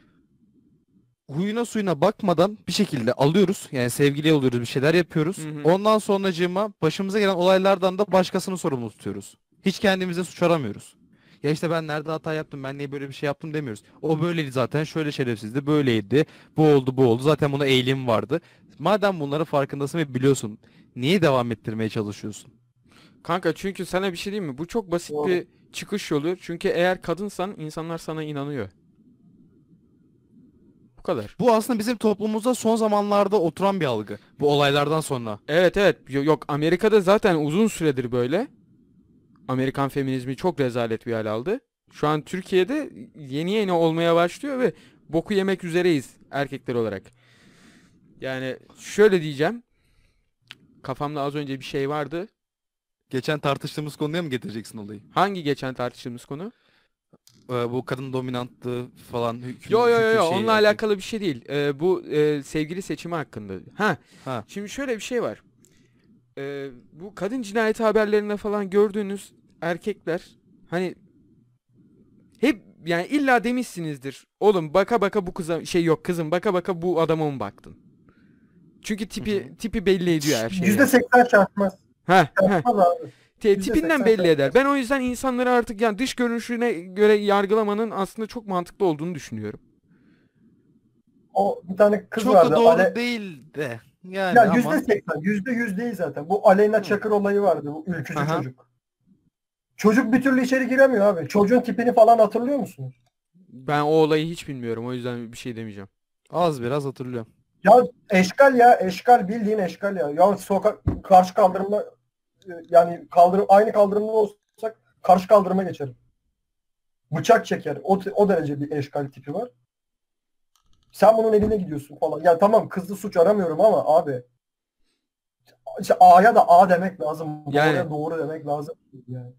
Huyuna suyuna bakmadan bir şekilde alıyoruz. Yani sevgili oluyoruz, bir şeyler yapıyoruz. Hı hı. Ondan sonracığıma başımıza gelen olaylardan da başkasını sorumlu tutuyoruz. Hiç kendimize suç aramıyoruz. Ya işte ben nerede hata yaptım, ben niye böyle bir şey yaptım demiyoruz. O böyleydi zaten, şöyle şerefsizdi, böyleydi, bu oldu, bu oldu. Zaten buna eğilim vardı. Madem bunların farkındasın ve biliyorsun, niye devam ettirmeye çalışıyorsun? Kanka çünkü sana bir şey diyeyim mi? Bu çok basit Doğru. bir çıkış yolu. Çünkü eğer kadınsan insanlar sana inanıyor. Bu kadar. Bu aslında bizim toplumumuzda son zamanlarda oturan bir algı. Bu olaylardan sonra. Evet evet. Yo- Yok Amerika'da zaten uzun süredir böyle. Amerikan feminizmi çok rezalet bir hal aldı. Şu an Türkiye'de yeni yeni olmaya başlıyor ve boku yemek üzereyiz erkekler olarak. Yani şöyle diyeceğim. Kafamda az önce bir şey vardı. Geçen tartıştığımız konuya mı getireceksin olayı? Hangi geçen tartıştığımız konu? Ee, bu kadın dominantlığı falan hüküm, Yo yo yo hüküm yo şeyi, onunla erkek. alakalı bir şey değil. Ee, bu e, sevgili seçimi hakkında. Ha, Ha. şimdi şöyle bir şey var. Ee, bu kadın cinayeti haberlerinde falan gördüğünüz erkekler hani hep yani illa demişsinizdir. Oğlum baka baka bu kıza şey yok kızım baka baka bu adama mı baktın? Çünkü tipi Hı hı. tipi belli ediyor her şeyi. yüzde seksen çarpmaz. Ha ha. Çarpmaz abi. te- yüzde tipinden seksen belli eder. Ben o yüzden insanları artık yani dış görünüşüne göre yargılamanın aslında çok mantıklı olduğunu düşünüyorum. O bir tane kız Çok vardı. da doğru Ale... değil de. Yani Ya ama. yüzde seksen, yüzde yüz değil zaten. Bu Aleyna Hı. Çakır olayı vardı. Bu ülkücü Aha. çocuk. Çocuk bir türlü içeri giremiyor abi. Çocuğun tipini falan hatırlıyor musunuz? Ben o olayı hiç bilmiyorum. O yüzden bir şey demeyeceğim. Az biraz hatırlıyorum. Ya eşkal ya. Eşkal bildiğin eşkal ya. Ya sokak karşı kaldırımda yani kaldırım aynı kaldırımda olsak karşı kaldırıma geçerim. Bıçak çeker. O, o derece bir eşkal tipi var. Sen bunun eline gidiyorsun falan. Ya tamam kızlı suç aramıyorum ama abi işte A'ya da A demek lazım. Yani. Doğruya doğru demek lazım. Yani.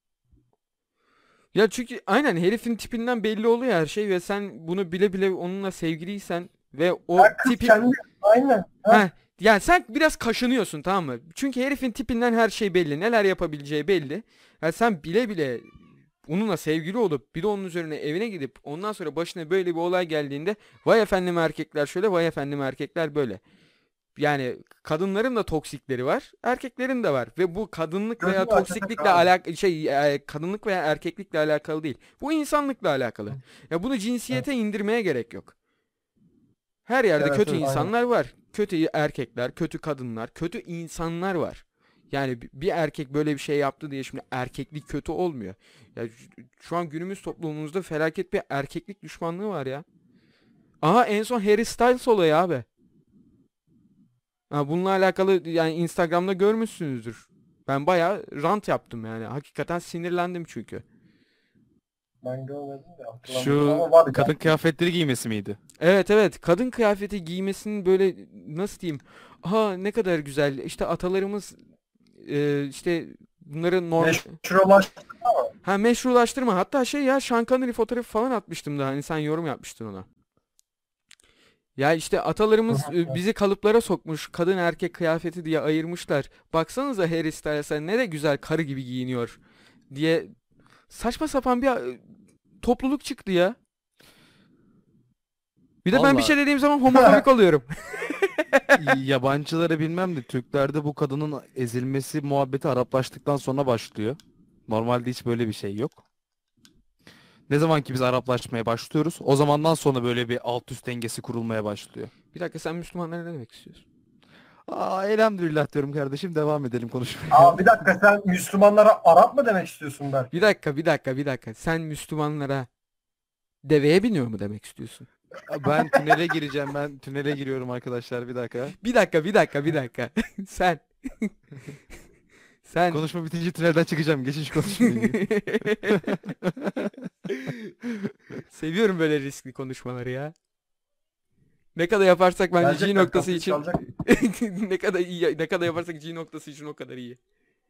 Ya çünkü aynen herifin tipinden belli oluyor her şey ve sen bunu bile bile onunla sevgiliysen ve o Ya kız tipi kendi aynen. Ha. ha yani sen biraz kaşınıyorsun, tamam mı? Çünkü herifin tipinden her şey belli. Neler yapabileceği belli. Yani sen bile bile onunla sevgili olup bir de onun üzerine evine gidip ondan sonra başına böyle bir olay geldiğinde vay efendim erkekler şöyle, vay efendim erkekler böyle. Yani kadınların da toksikleri var, erkeklerin de var ve bu kadınlık veya Gözünü açacak toksiklikle abi. alakalı şey e, kadınlık veya erkeklikle alakalı değil. Bu insanlıkla alakalı. Ya bunu cinsiyete indirmeye gerek yok. Her yerde Evet, kötü evet, aynen. insanlar var. Kötü erkekler, kötü kadınlar, kötü insanlar var. Yani bi- bir erkek böyle bir şey yaptı diye şimdi erkeklik kötü olmuyor. Ya ş- şu an günümüz toplumumuzda felaket bir erkeklik düşmanlığı var ya. Aha en son Harry Styles olayı abi. Ha, bununla alakalı yani Instagram'da görmüşsünüzdür. Ben bayağı rant yaptım yani. Hakikaten sinirlendim çünkü. Ben görmedim de hatırlamıyorum Şu ama var kadın yani. kıyafetleri giymesi miydi? Evet evet, kadın kıyafeti giymesinin böyle nasıl diyeyim? Aha ne kadar güzel. İşte atalarımız e, işte bunları normal Meşrulaştı. ha meşrulaştırma. Hatta şey ya Sean Connery fotoğrafı falan atmıştım da hani sen yorum yapmıştın ona. Ya işte atalarımız e, bizi kalıplara sokmuş. Kadın erkek kıyafeti diye ayırmışlar. Baksanıza Harry Styles'a ne de güzel karı gibi giyiniyor diye saçma sapan bir e, topluluk çıktı ya. Bir de ben bir Valla şey dediğim zaman homofobik oluyorum. yabancıları bilmem de Türklerde bu kadının ezilmesi muhabbeti Araplaştıktan sonra başlıyor. Normalde hiç böyle bir şey yok. Ne zaman ki biz Araplaşmaya başlıyoruz, o zamandan sonra böyle bir alt üst dengesi kurulmaya başlıyor. Bir dakika, sen Müslümanlara ne demek istiyorsun? Aa, elhamdülillah diyorum kardeşim, devam edelim konuşmaya. Aa bir dakika sen Müslümanlara Arap mı demek istiyorsun Berk? Bir dakika bir dakika bir dakika. Sen Müslümanlara deveye biniyor mu demek istiyorsun? Ben tünele gireceğim, ben tünele giriyorum arkadaşlar, bir dakika. Bir dakika bir dakika bir dakika. Sen sen Konuşma bitince tünelden çıkacağım, geçin şu konuşmayı. seviyorum böyle riskli konuşmaları ya. Ne kadar yaparsak bence G Gerçekten noktası kapıyı için çalacak. ne kadar iyi, ne kadar yaparsak G noktası için o kadar iyi.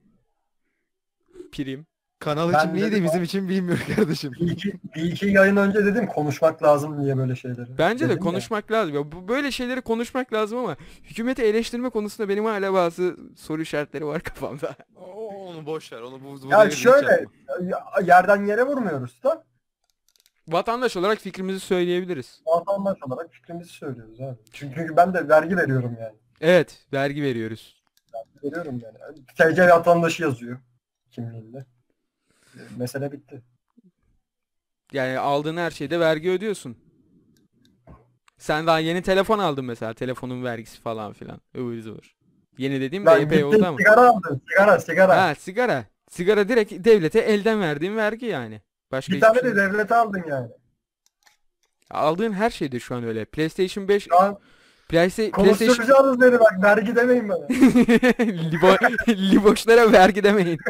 Prim. Kanal Ben için iyi de dedim bizim için bilmiyor kardeşim. Bir iki, bir iki yayın önce dedim konuşmak lazım diye böyle şeyleri. Bence de Dedim ya. konuşmak lazım. Ya bu böyle şeyleri konuşmak lazım ama hükümeti eleştirme konusunda benim hala bazı soru işaretleri var kafamda. Oo, onu boş ver, onu bu, bu Ya devirde hiç şöyle yapma. ya- yerden yere vurmuyoruz da Vatandaş olarak fikrimizi söyleyebiliriz. vatandaş olarak fikrimizi söylüyoruz abi. Çünkü ben de vergi veriyorum yani. Evet, vergi veriyoruz. Veriyorum yani. T C vatandaşı yazıyor kimliğinde. Mesele bitti. Yani aldığın her şeyde vergi ödüyorsun. Sen daha yeni telefon aldın mesela. Telefonun vergisi falan filan. Ivır zıvır. Yeni dediğim de Ben epey gittim oldu ama. sigara aldım. Sigara sigara. Ha, sigara. Sigara direkt devlete elden verdiğin vergi yani. Başka Bir hiçbir tane şey de değil. devlete aldım yani. Aldığın her şeyde şu an öyle. PlayStation beş Şu an Playsta- PlayStation konuşturacağınız beni bak vergi demeyin bana. Libo Liboşlara vergi demeyin.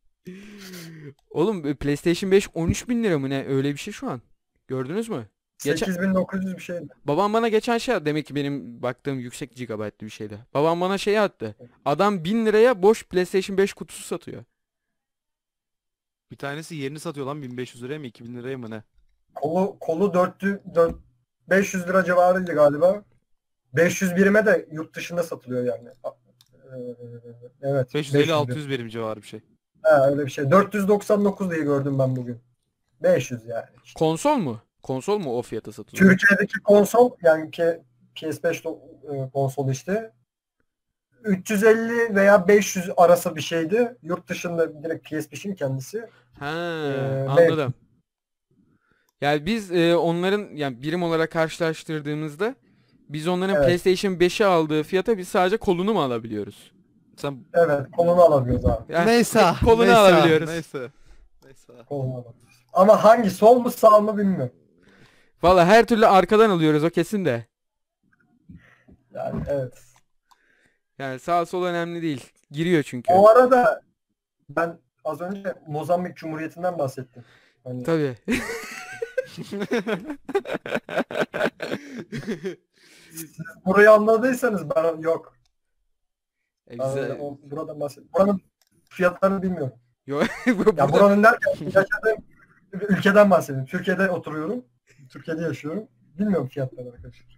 Oğlum PlayStation beş on üç bin lira mı ne? Öyle bir şey şu an. Gördünüz mü? Geçen sekiz bin dokuz yüz bir şeydi. babam bana geçen şey attı. Demek ki benim baktığım yüksek gigabaytlı bir şeydi. Babam bana şey attı. Adam bin liraya boş PlayStation beş kutusu satıyor. Bir tanesi yerini satıyor lan, bin beş yüz liraya mı iki bin liraya mı ne? Kolu kolu dört beş yüz lira civarıydı galiba. beş yüz birime de yurt dışında satılıyor yani. Ee, evet. beş yüz beş elli yüz altı lira. yüz birim civarı bir şey. Ha, öyle bir şey. dört yüz doksan dokuz diye gördüm ben bugün. beş yüz yani. İşte. Konsol mu? Konsol mu o fiyata satılıyor? Türkiye'deki konsol yani P- PS beş do- e, konsol işte üç yüz elli veya beş yüz arası bir şeydi. Yurt dışında direkt P S beşin kendisi. Ha, Ee, anladım. Yani biz e, onların yani birim olarak karşılaştırdığımızda biz onların Evet. PlayStation beşi aldığı fiyata biz sadece kolunu mu alabiliyoruz? Sen Evet, kolunu alamıyoruz abi. Yani neyse. kolunu neyse, alabiliyoruz. Neyse. Neyse. Kolunu alamıyoruz. Ama hangi, sol mu sağ mı bilmiyorum. Valla her türlü arkadan alıyoruz o kesin de. Yani evet. Yani sağ sol önemli değil. Giriyor çünkü. O arada ben az önce Mozambik Cumhuriyeti'nden bahsettim. Hani Tabii. siz burayı anladıysanız ben yok. E Ben bize- öyle o- buradan bahsettim. Buranın fiyatlarını bilmiyorum. Yo, Ya burada- buranın derken yaşadığım ülkeden bahsedeyim. Türkiye'de oturuyorum. Türkiye'de yaşıyorum. Bilmiyorum fiyatları arkadaşlar.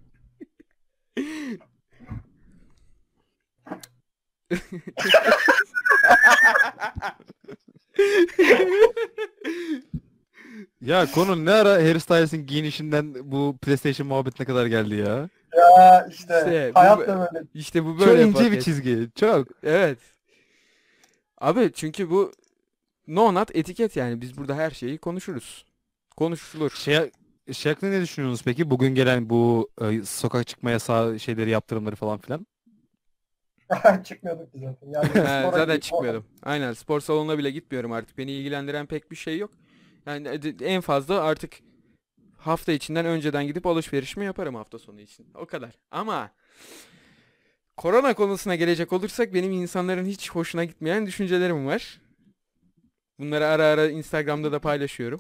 Ya konu ne ara Harry Styles'in giyinişinden bu PlayStation muhabbetine kadar geldi ya. Ya işte, İşte bu- hayat da böyle. İşte bu Çok böyle ince bir podcast. çizgi. Çok. Evet. Abi çünkü bu no not etiket yani biz burada her şeyi konuşuruz. Konuşulur. Şey, şey hakkında ne düşünüyorsunuz peki? Bugün gelen bu e, sokak çıkma yasağı şeyleri, yaptırımları falan filan. Çıkmıyorduk biz zaten. Yani Ha, spora zaten gidip- çıkmıyordum. Aynen spor salonuna bile gitmiyorum artık. Beni ilgilendiren pek bir şey yok. Yani e- en fazla artık hafta içinden önceden gidip alışverişimi yaparım hafta sonu için. O kadar. Ama korona konusuna gelecek olursak benim insanların hiç hoşuna gitmeyen düşüncelerim var. Bunları ara ara Instagram'da da paylaşıyorum.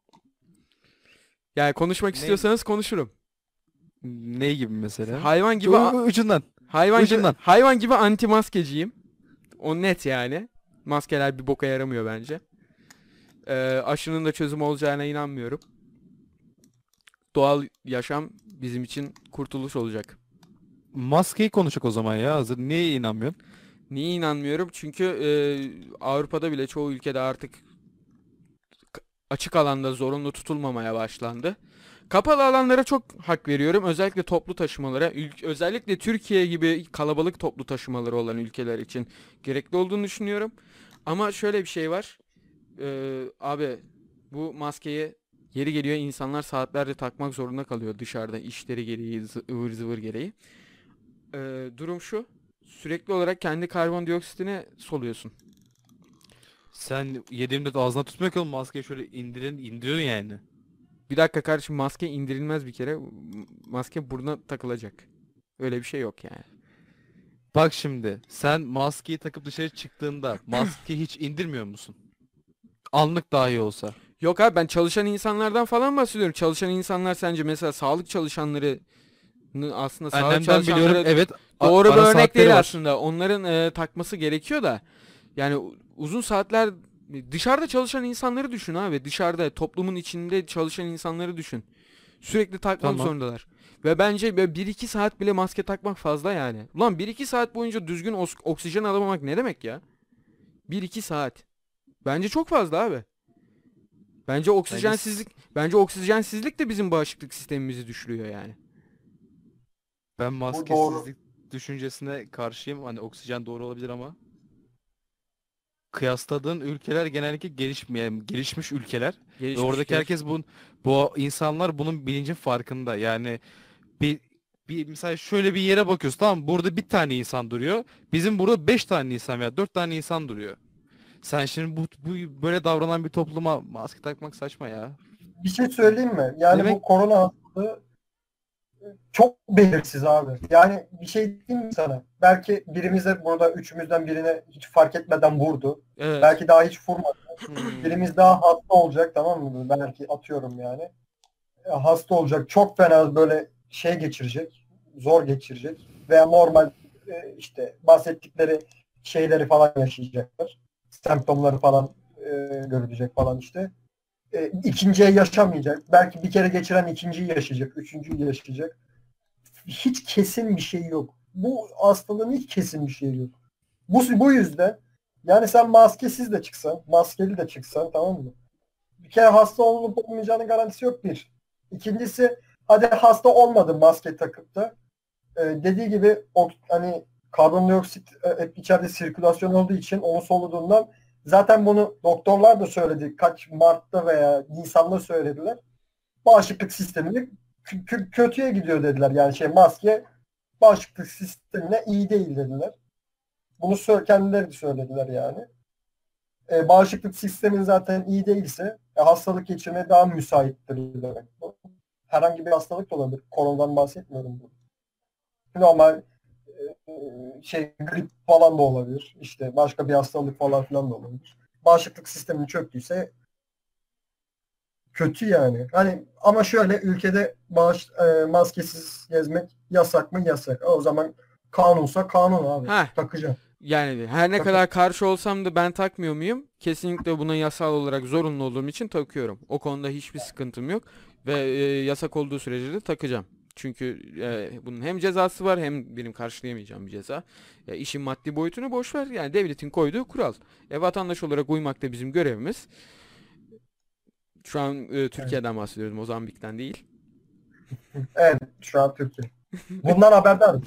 Yani konuşmak Ne? istiyorsanız konuşurum. Ne gibi mesela? Hayvan gibi Şu ucundan. hayvan gibi ucundan. hayvan gibi anti maskeciyim. O net yani. Maskeler bir boka yaramıyor bence. Ee, aşının da çözüm olacağına inanmıyorum. Doğal yaşam bizim için kurtuluş olacak. Maskeyi konuşak o zaman ya. Hazır. Niye inanmıyorsun? Niye inanmıyorum? Çünkü e, Avrupa'da bile çoğu ülkede artık k- açık alanda zorunlu tutulmamaya başlandı. Kapalı alanlara çok hak veriyorum. Özellikle toplu taşımalara, ül- özellikle Türkiye gibi kalabalık toplu taşımaları olan ülkeler için gerekli olduğunu düşünüyorum. Ama şöyle bir şey var. Ee, abi bu maskeyi yeri geliyor insanlar saatlerce takmak zorunda kalıyor dışarıda işleri gereği, zı- ıvır zıvır gereği. Ee, durum şu. Sürekli olarak kendi karbondioksitini soluyorsun. Sen yediğimde de ağzına tutmuyor ki oğlum, maskeyi şöyle indirin, indiriyorsun yani. Bir dakika kardeşim maske indirilmez bir kere. M- Maske buruna takılacak. Öyle bir şey yok yani. Bak şimdi sen maskeyi takıp dışarı çıktığında maskeyi hiç indirmiyor musun? Anlık dahi olsa. Yok abi ben çalışan insanlardan falan bahsediyorum. Çalışan insanlar sence mesela sağlık çalışanları aslında sağlık Annemden biliyorum, çalışanları evet. a- doğru bir ara örnek saatleri değil var. aslında. Onların e, takması gerekiyor da yani u- uzun saatler dışarıda çalışan insanları düşün abi. Dışarıda toplumun içinde çalışan insanları düşün. Sürekli takmak Tamam. zorundalar. Ve bence böyle bir iki saat bile maske takmak fazla yani. Ulan bir iki saat boyunca düzgün os- oksijen alamamak ne demek ya? bir iki saat. Bence çok fazla abi. Bence oksijensizlik bence oksijensizlik de bizim bağışıklık sistemimizi düşürüyor yani. Ben doğru. maskesizlik düşüncesine karşıyım. Hani oksijen doğru olabilir ama kıyasladığın ülkeler genellikle gelişmeyen, gelişmiş ülkeler. Ve Gelişmiş oradaki ülkeler. herkes bun, bu insanlar bunun bilincin farkında. Yani bir bir mesela şöyle bir yere bakıyoruz, tamam mı? Burada bir tane insan duruyor. Bizim burada beş tane insan veya dört tane insan duruyor. Sen şimdi bu, bu böyle davranan bir topluma maske takmak saçma ya. Bir şey söyleyeyim mi? Yani Demek- bu korona hastalığı çok belirsiz abi. Yani bir şey diyeyim mi sana? Belki birimize burada üçümüzden birine hiç fark etmeden vurdu. Evet. Belki daha hiç vurmadı. Hmm. Birimiz daha hasta olacak, tamam mı? Belki atıyorum yani. E, Hasta olacak. Çok fena böyle şey geçirecek. Zor geçirecek. Veya normal e, işte bahsettikleri şeyleri falan yaşayacaklar. Semptomları falan e, görülecek falan işte. E, ikinciye yaşamayacak. Belki bir kere geçiren ikinciyi yaşayacak. Üçüncüyü yaşayacak. Hiç kesin bir şey yok. Bu hastalığın hiç kesin bir şey yok. Bu, bu yüzden yani sen maskesiz de çıksan, maskeli de çıksan, tamam mı? Bir kere hasta olup olmayacağının garantisi yok bir. İkincisi hadi hasta olmadın maske takıp da e, dediği gibi o, hani karbondioksit e, hep içeride sirkülasyon olduğu için onu soluduğundan zaten bunu doktorlar da söyledi. Kaç Mart'ta veya Nisan'da söylediler. Bağışıklık sistemini kö- kö- kötüye gidiyor dediler. Yani şey maske bağışıklık sistemine iyi değil dediler. Bunu sö- kendileri de söylediler yani. E, bağışıklık sistemin zaten iyi değilse e, hastalık geçirmeye daha müsaittir demek bu. Herhangi bir hastalık da olabilir. Koronadan bahsetmiyorum bu. Normal e, şey grip falan da olabilir. İşte başka bir hastalık falan filan da olabilir. Bağışıklık sistemi çöktüyse kötü yani. Hani ama şöyle ülkede bağış, e, maskesiz gezmek yasak mı? Yasak. O zaman kanunsa kanun abi. Ha. Takacağım. Yani her ne Takı- kadar karşı olsam da ben takmıyor muyum? Kesinlikle buna yasal olarak zorunlu olduğum için takıyorum. O konuda hiçbir sıkıntım yok. Ve e, yasak olduğu sürece de takacağım. Çünkü e, bunun hem cezası var hem benim karşılayamayacağım bir ceza. Ya işin maddi boyutunu boş ver. Yani devletin koyduğu kural. E, vatandaş olarak uymak da bizim görevimiz. Şu an e, Türkiye'den bahsediyoruz, Mozambik'ten değil. Evet şu an Türkiye. Bundan haberdarım.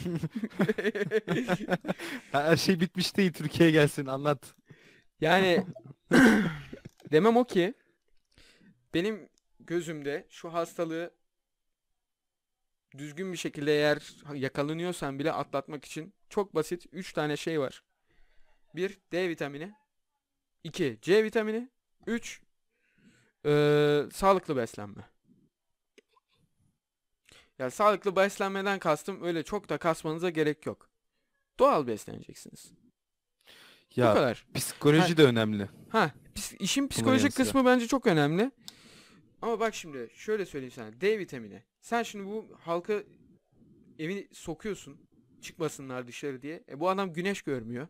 Her şey bitmiş değil, Türkiye'ye gelsin anlat. Yani demem o ki benim gözümde şu hastalığı düzgün bir şekilde eğer yakalanıyorsan bile atlatmak için çok basit üç tane şey var. Bir D vitamini, iki C vitamini, üç eee, sağlıklı beslenme. Ya sağlıklı beslenmeden kastım öyle çok da kasmanıza gerek yok. Doğal besleneceksiniz. Bu Ya kadar. psikoloji de önemli. Ha, pis- işin yanı psikolojik sıra. kısmı bence çok önemli. Ama bak şimdi şöyle söyleyeyim sana. D vitamini. Sen şimdi bu halka evini sokuyorsun. Çıkmasınlar dışarı diye. E bu adam güneş görmüyor.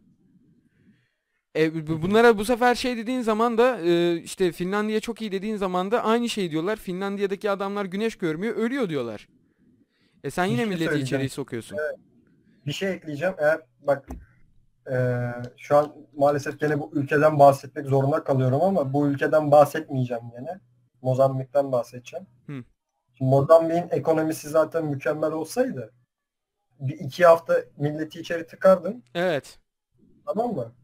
E bu- bunlara bu sefer şey dediğin zaman da e, işte Finlandiya çok iyi dediğin zaman da aynı şey diyorlar. Finlandiya'daki adamlar güneş görmüyor, ölüyor diyorlar. E sen Bir yine şey milleti söyleyeceğim. içeriye sokuyorsun. Bir şey ekleyeceğim. Eğer bak e, şu an maalesef gene bu ülkeden bahsetmek zorunda kalıyorum ama bu ülkeden bahsetmeyeceğim gene. Mozambik'ten bahsedeceğim. Hı. Şimdi Mozambik'in ekonomisi zaten mükemmel olsaydı bir iki hafta milleti içeri tıkardın. Evet. Tamam mı?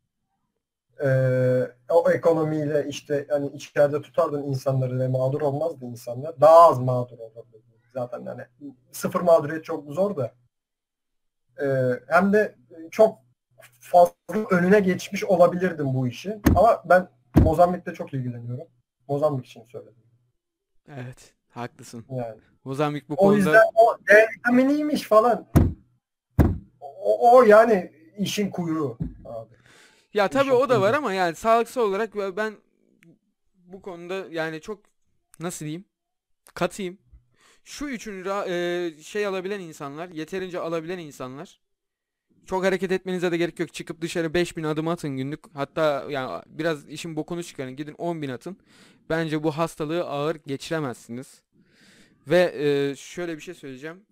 Ee, o ekonomiyle işte hani içeride tutardın insanları ve mağdur olmazdı insanlar. Daha az mağdur olurdu. Zaten yani sıfır mağduriyet çok zor da. Ee, hem de çok fazla önüne geçmiş olabilirdim bu işi. Ama ben Mozambik'te çok ilgileniyorum. Mozambik için söyledim. Evet. Haklısın. Yani. Mozambik bu O konuda yüzden o D vitaminiymiş falan. O, o yani işin kuyruğu abi. ya tabii işin o da var kuyruğu. ama yani sağlıksal olarak ben bu konuda yani çok nasıl diyeyim? Katıyım. Şu üçünü ra- e, şey alabilen insanlar, yeterince alabilen insanlar. Çok hareket etmenize de gerek yok. Çıkıp dışarı beş bin adım atın günlük. Hatta yani biraz işin bokunu çıkarın. Gidin on bin atın. Bence bu hastalığı ağır geçiremezsiniz. Ve e, şöyle bir şey söyleyeceğim.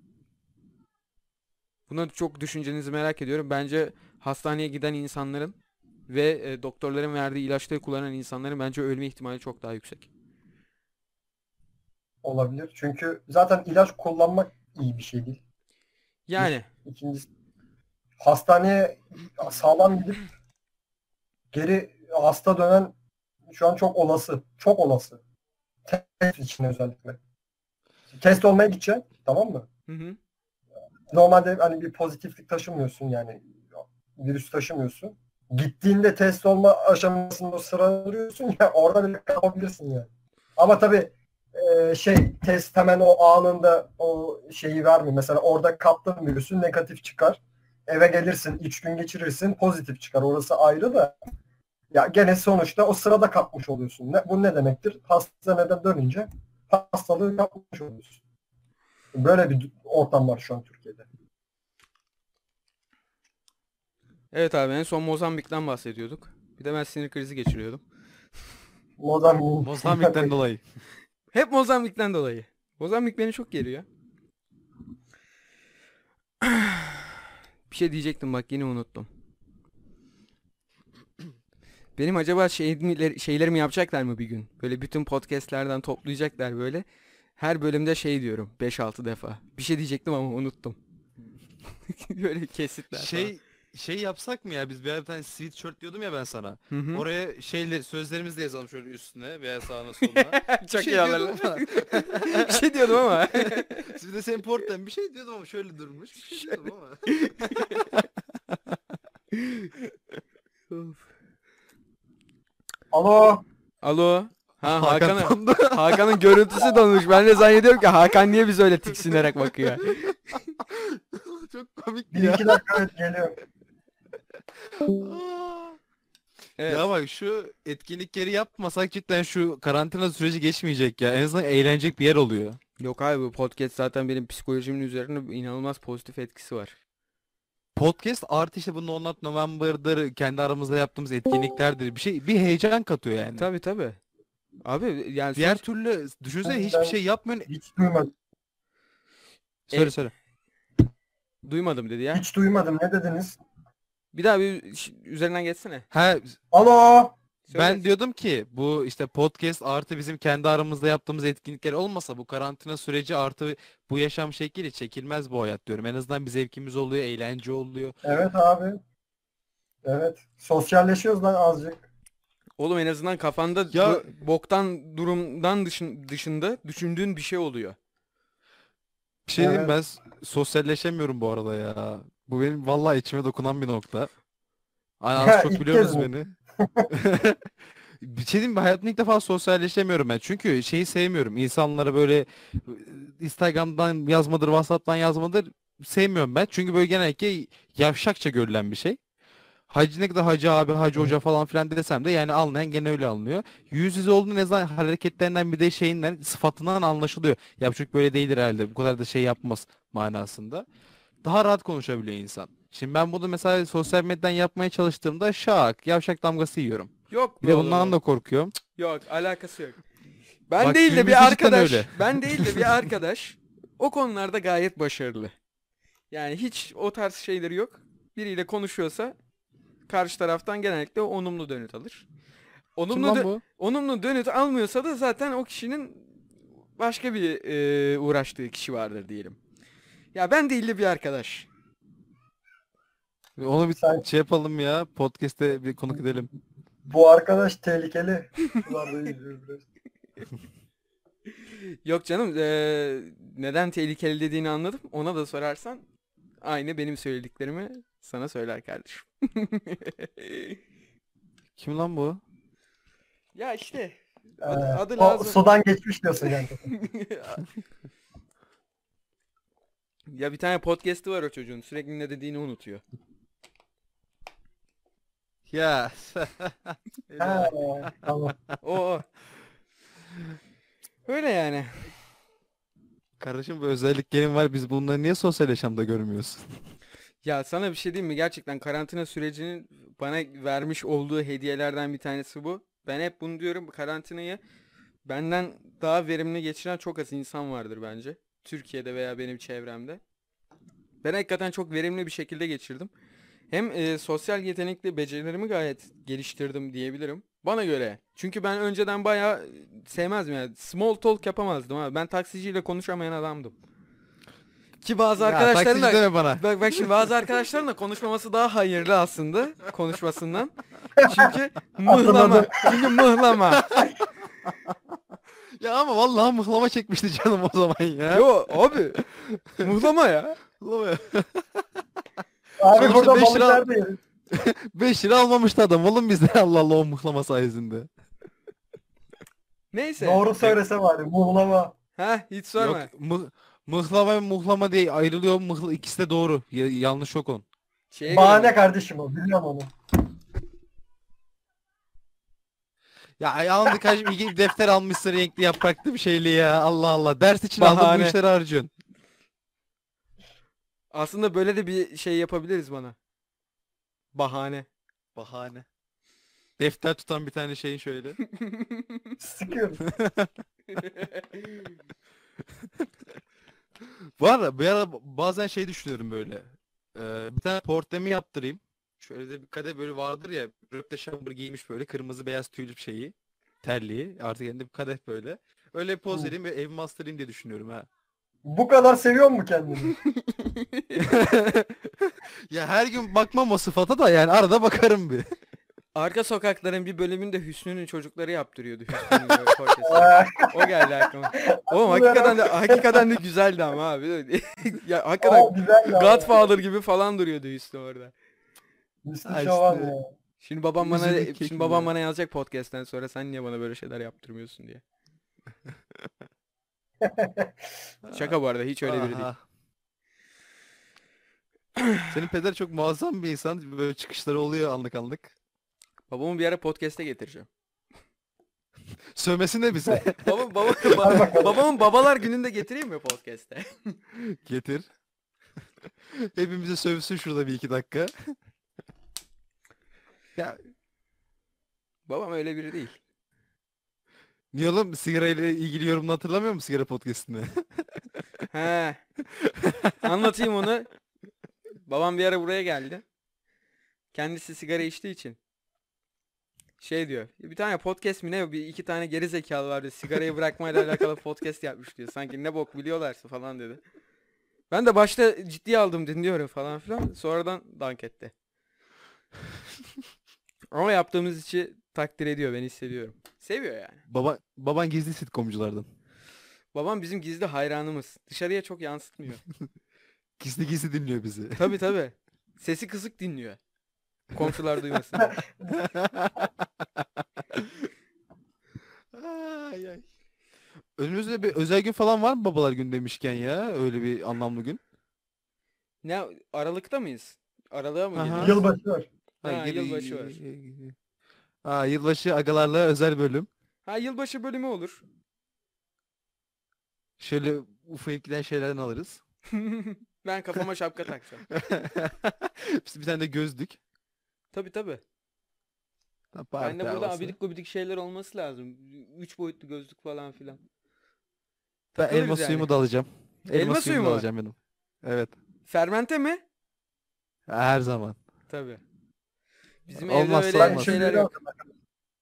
Buna çok düşüncenizi merak ediyorum. Bence hastaneye giden insanların ve e, doktorların verdiği ilaçları kullanan insanların bence ölme ihtimali çok daha yüksek. Olabilir. Çünkü zaten ilaç kullanmak iyi bir şey değil. Yani Bir. İkincisi hastaneye sağlam gidip geri hasta dönen şu an çok olası. Çok olası. Test için özellikle. Test olmaya gideceksin. Tamam mı? hı hı. Normalde hani bir pozitiflik taşımıyorsun yani. Virüs taşımıyorsun. Gittiğinde test olma aşamasında sıra duruyorsun ya orada bile kapabilirsin yani. Ama tabii e, şey test hemen o anında o şeyi vermiyor. Mesela orada kaptın virüsün negatif çıkar. Eve gelirsin, üç gün geçirirsin, pozitif çıkar. Orası ayrı da ya gene sonuçta o sırada kapmış oluyorsun. Ne, bu ne demektir? Hastaneden dönünce hastalığı kapmış oluyorsun. Böyle bir ortam var şu an Türkiye'de. Evet abi en son Mozambik'ten bahsediyorduk. Bir de ben sinir krizi geçiriyordum. Mozambik. Mozambik'ten dolayı. Hep Mozambik'ten dolayı. Mozambik beni çok geriyor. Bir şey diyecektim bak yine unuttum. Benim acaba şeyler, şeylerimi yapacaklar mı bir gün? Böyle bütün podcastlerden toplayacaklar böyle. Her bölümde şey diyorum beş altı defa. Bir şey diyecektim ama unuttum. Böyle kesitler falan. Şey şey yapsak mı ya, biz bir ara bir tane sweatshirt diyordum ya ben sana. Hı hı. Oraya şeyle sözlerimizi de yazalım şöyle üstüne veya sağına soluna. Çok bir şey iyi diyordum alırlar. ama. Bir şey diyordum ama. Bir de senin porten bir şey diyordum ama şöyle durmuş. Bir şey diyordum ama. Alo. Alo. Ha Hakan Hakan'ın Tanrı. Hakan'ın görüntüsü donmuş. Ben de zannediyorum ki Hakan niye bize öyle tiksinerek bakıyor. Çok komik Bir ya. iki dakika evet geliyor. Evet. Ya bak şu etkinlikleri yapmasak cidden şu karantina süreci geçmeyecek ya. En azından eğlenecek bir yer oluyor. Yok abi bu podcast zaten benim psikolojimin üzerine inanılmaz pozitif etkisi var. Podcast artı işte bu No Not November'dır, kendi aramızda yaptığımız etkinliklerdir. Bir şey, bir heyecan katıyor yani. Tabii tabii. Abi yani Diğer sonuç- türlü düşünsene Ben- hiçbir şey yapmıyorsun. Hiç duymadım. Söyle E- söyle. duymadım dedi ya. Hiç duymadım. Ne dediniz? Bir daha bir ş- üzerinden geçsene. Ha, Alo. Söyle. ben diyordum ki bu işte podcast artı bizim kendi aramızda yaptığımız etkinlikler olmasa bu karantina süreci artı bu yaşam şekli çekilmez bu hayat diyorum. En azından bir zevkimiz oluyor, eğlence oluyor. Evet abi. Evet. Sosyalleşiyoruz lan azıcık. Oğlum en azından kafanda Ya- bu boktan durumdan dışın, dışında düşündüğün bir şey oluyor. Bir şey diyeyim, Evet. ben s- sosyalleşemiyorum bu arada ya. Bu benim vallahi içime dokunan bir nokta. Ay, Ya, az çok ilk biliyorsunuz kez mi? beni. Bir şey diyeyim mi? Hayatımda ilk defa sosyalleşemiyorum ben. Çünkü şeyi sevmiyorum. İnsanlara böyle e, Instagram'dan yazmadır, WhatsApp'tan yazmadır sevmiyorum ben. Çünkü böyle genellikle yavşakça görülen bir şey. Hacı ne kadar hacı abi, hacı hoca falan filan desem de yani anlayan gene öyle anlıyor. Yüz yüze olduğunda ne zaman hareketlerinden bir de şeyinden, sıfatından anlaşılıyor. Ya bu çocuk böyle değildir herhalde. Bu kadar da şey yapmaz manasında. Daha rahat konuşabiliyor insan. Şimdi ben bunu mesela sosyal medyadan yapmaya çalıştığımda şak, yavşak damgası yiyorum. Yok Bir be de oğlum. bundan da korkuyorum. Yok alakası yok. Ben Bak, değil de günümüzde bir cidden arkadaş, öyle. ben değil de bir arkadaş o konularda gayet başarılı. Yani hiç o tarz şeyleri yok. Biriyle konuşuyorsa karşı taraftan genellikle olumlu dönüt alır. Kim Olumlu lan dö- bu? olumlu dönüt almıyorsa da zaten o kişinin başka bir e, uğraştığı kişi vardır diyelim. Ya ben değil de bir arkadaş. Onu bir Sen- şey yapalım ya. Podcast'te bir konuk edelim. Bu arkadaş tehlikeli. Sularda yüzüyor biraz. Yok canım e, neden tehlikeli dediğini anladım. Ona da sorarsan aynı benim söylediklerimi sana söyler kardeşim. Kim lan bu? Ya işte Ee, adı, adı o lazım. sudan geçmiş diyorsun yani. Ya bir tane podcast'ı var o çocuğun. Sürekli ne dediğini unutuyor. Ya. Ha, tamam. O o. Öyle yani. Kardeşim bu özelliklerin var. Biz bunları niye sosyal yaşamda görmüyoruz? Ya sana bir şey diyeyim mi? Gerçekten karantina sürecinin bana vermiş olduğu hediyelerden bir tanesi bu. Ben hep bunu diyorum. Karantinayı benden daha verimli geçiren çok az insan vardır bence. Türkiye'de veya benim çevremde. Ben hakikaten çok verimli bir şekilde geçirdim. Hem e, sosyal yetenekli becerilerimi gayet geliştirdim diyebilirim. Bana göre. Çünkü ben önceden bayağı sevmezdim yani. Small talk yapamazdım abi. Ben taksiciyle konuşamayan adamdım. Ki bazı Ya, arkadaşların taksici da deme bana. bak, bak şimdi bazı arkadaşların da konuşmaması daha hayırlı aslında konuşmasından. Çünkü mıhlama. Hatırladım. Çünkü mıhlama. Ya ama vallahi mıhlama çekmişti canım o zaman ya. Yo abi. Mıhlama ya. Mıhlama ya. Abi Sonuçta burada beş balık lira- nerede yeriz? beş lira almamıştı adam oğlum bizde Allah Allah o mıhlama sayesinde. Neyse. Doğru söylese bari. Muğlama. Ha hiç sorma. Yok mıh mıhlama ve muhlama diye ayrılıyor. Mıhla, ikisi de doğru. Ya- yanlış yok onun. Şeye Bahane göre- kardeşim o. Biliyorum onu. Ya aldı kardeşim ilgili defter almışsın renkli yapraklı bir şeyli ya. Allah Allah. Ders için aldın bu Bahane. işleri harcıyorsun. Aslında böyle de bir şey yapabiliriz bana. Bahane. Bahane. Defter tutan bir tane şeyin şöyle. Sıkıyorum. Var ya bir ara bazen şey düşünüyorum böyle. Ee, bir tane portremi yaptırayım. Şöyle de bir kadeh böyle vardır ya. Röpte şambır giymiş böyle kırmızı beyaz tüylü şeyi. Terliği. Artık elinde bir kadeh böyle. Öyle poz Hı. vereyim ve evime astırayım diye düşünüyorum ha. Bu kadar seviyor mu kendini? Ya her gün bakmam o sıfata da yani arada bakarım bir. Arka Sokakların bir bölümünde Hüsnü'nün çocukları yaptırıyordu Hüsnü'nün böyle podcast'ını. O geldi aklıma. Oğlum hakikaten de hakikaten de güzeldi ama abi. Ya Aa, hakikaten güzel ya. Godfather gibi falan duruyordu Hüsnü orada. Müslüm Ha, Şaban işte. ya. Şimdi babam bana Üzüldük şimdi kekim babam ya. bana yazacak podcast'ten sonra sen niye bana böyle şeyler yaptırmıyorsun diye. Şaka bu arada hiç öyle biri değil. Aha. Senin peder çok muazzam bir insan. Böyle çıkışları oluyor anlık anlık. Babamı bir ara podcast'e getireceğim. Sövmesin de bize. Babam, baba, ba- babamın babalar gününde getireyim mi podcast'e? Getir. Hepimize sövsün şurada bir iki dakika. Ya Babam öyle biri değil. niye oğlum sigara ile ilgili yorumunu hatırlamıyor musun sigara podcast'ini? He. Anlatayım onu. Babam bir ara buraya geldi. Kendisi sigara içtiği için. Şey diyor. Bir tane podcast mi ne? Bir iki tane geri zekalı vardı. Sigarayı bırakmayla alakalı podcast yapmış diyor. Sanki ne bok biliyorlarsa falan dedi. Ben de başta ciddiye aldım dinliyorum falan filan. Sonradan dank etti. Ama yaptığımız işi takdir ediyor. Ben hissediyorum. Seviyor yani. Baba, baban gizli sitcomculardan. Babam bizim gizli hayranımız. Dışarıya çok yansıtmıyor. Gizli gizli dinliyor bizi. Tabii tabii. Sesi kısık dinliyor. Komşular duymasın diye. Ay, ay. Önümüzde bir özel gün falan var mı babalar günü demişken ya? Öyle bir anlamlı gün. Ne Aralık'ta mıyız? Aralığa mı Aha. geliyor? Yılbaşı var. Ha, gibi- yılbaşı var. Ha, yılbaşı agalarla özel bölüm. Ha yılbaşı bölümü olur. Şöyle ufak giden şeylerden alırız. Ben kafama şapka takacağım. Biz bir tane de gözlük. Tabii tabii. Tam Ben de parti burada havası. abidik gubidik şeyler olması lazım. Üç boyutlu gözlük falan filan. Ben Takılırız elma yani. suyumu da alacağım. Elma suyu suyumu da mu? alacağım benim. Evet. Fermente mi? Her zaman. Tabii. Bizim Olmazsa evde öyle olmaz. şeyler Üçün biri yok. aldım.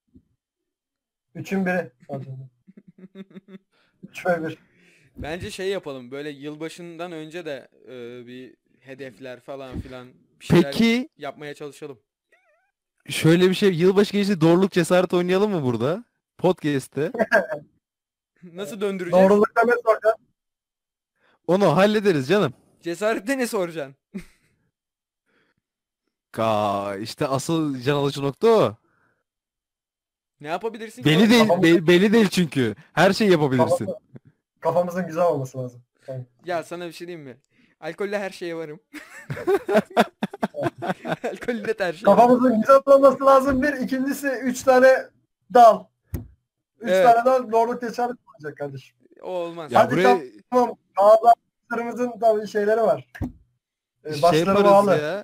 Üçün biri. aldım. Üç ve bir. Bence şey yapalım. Böyle yılbaşından önce de e, bir hedefler falan filan bir şeyler Peki yapmaya çalışalım. şöyle bir şey yılbaşı gecesi doğruluk cesaret oynayalım mı burada? Podcast'te. Nasıl döndüreceğiz? Doğrulukta ne soracaksın? Onu hallederiz canım. Cesarette ne soracaksın? Ka işte asıl can alıcı nokta o. Ne yapabilirsin ki? Belli oğlum? değil, Kafamı- be- belli değil çünkü. Her şeyi yapabilirsin. Kafamı- Kafamızın güzel olması lazım. Tamam. Ya sana bir şey diyeyim mi? Alkolle her şeye varım. Alkolle de her şeye varım. Kafamızın güzel olması lazım. Bir. İkincisi üç tane dal. Üç Evet. tane dal doğruluk cesaret olacak kardeşim. O olmaz. Ya Hadi buraya Tamam. Ağızlarımızın tabii şeyleri var. Ee, şey başları yaparız bağlı. ya.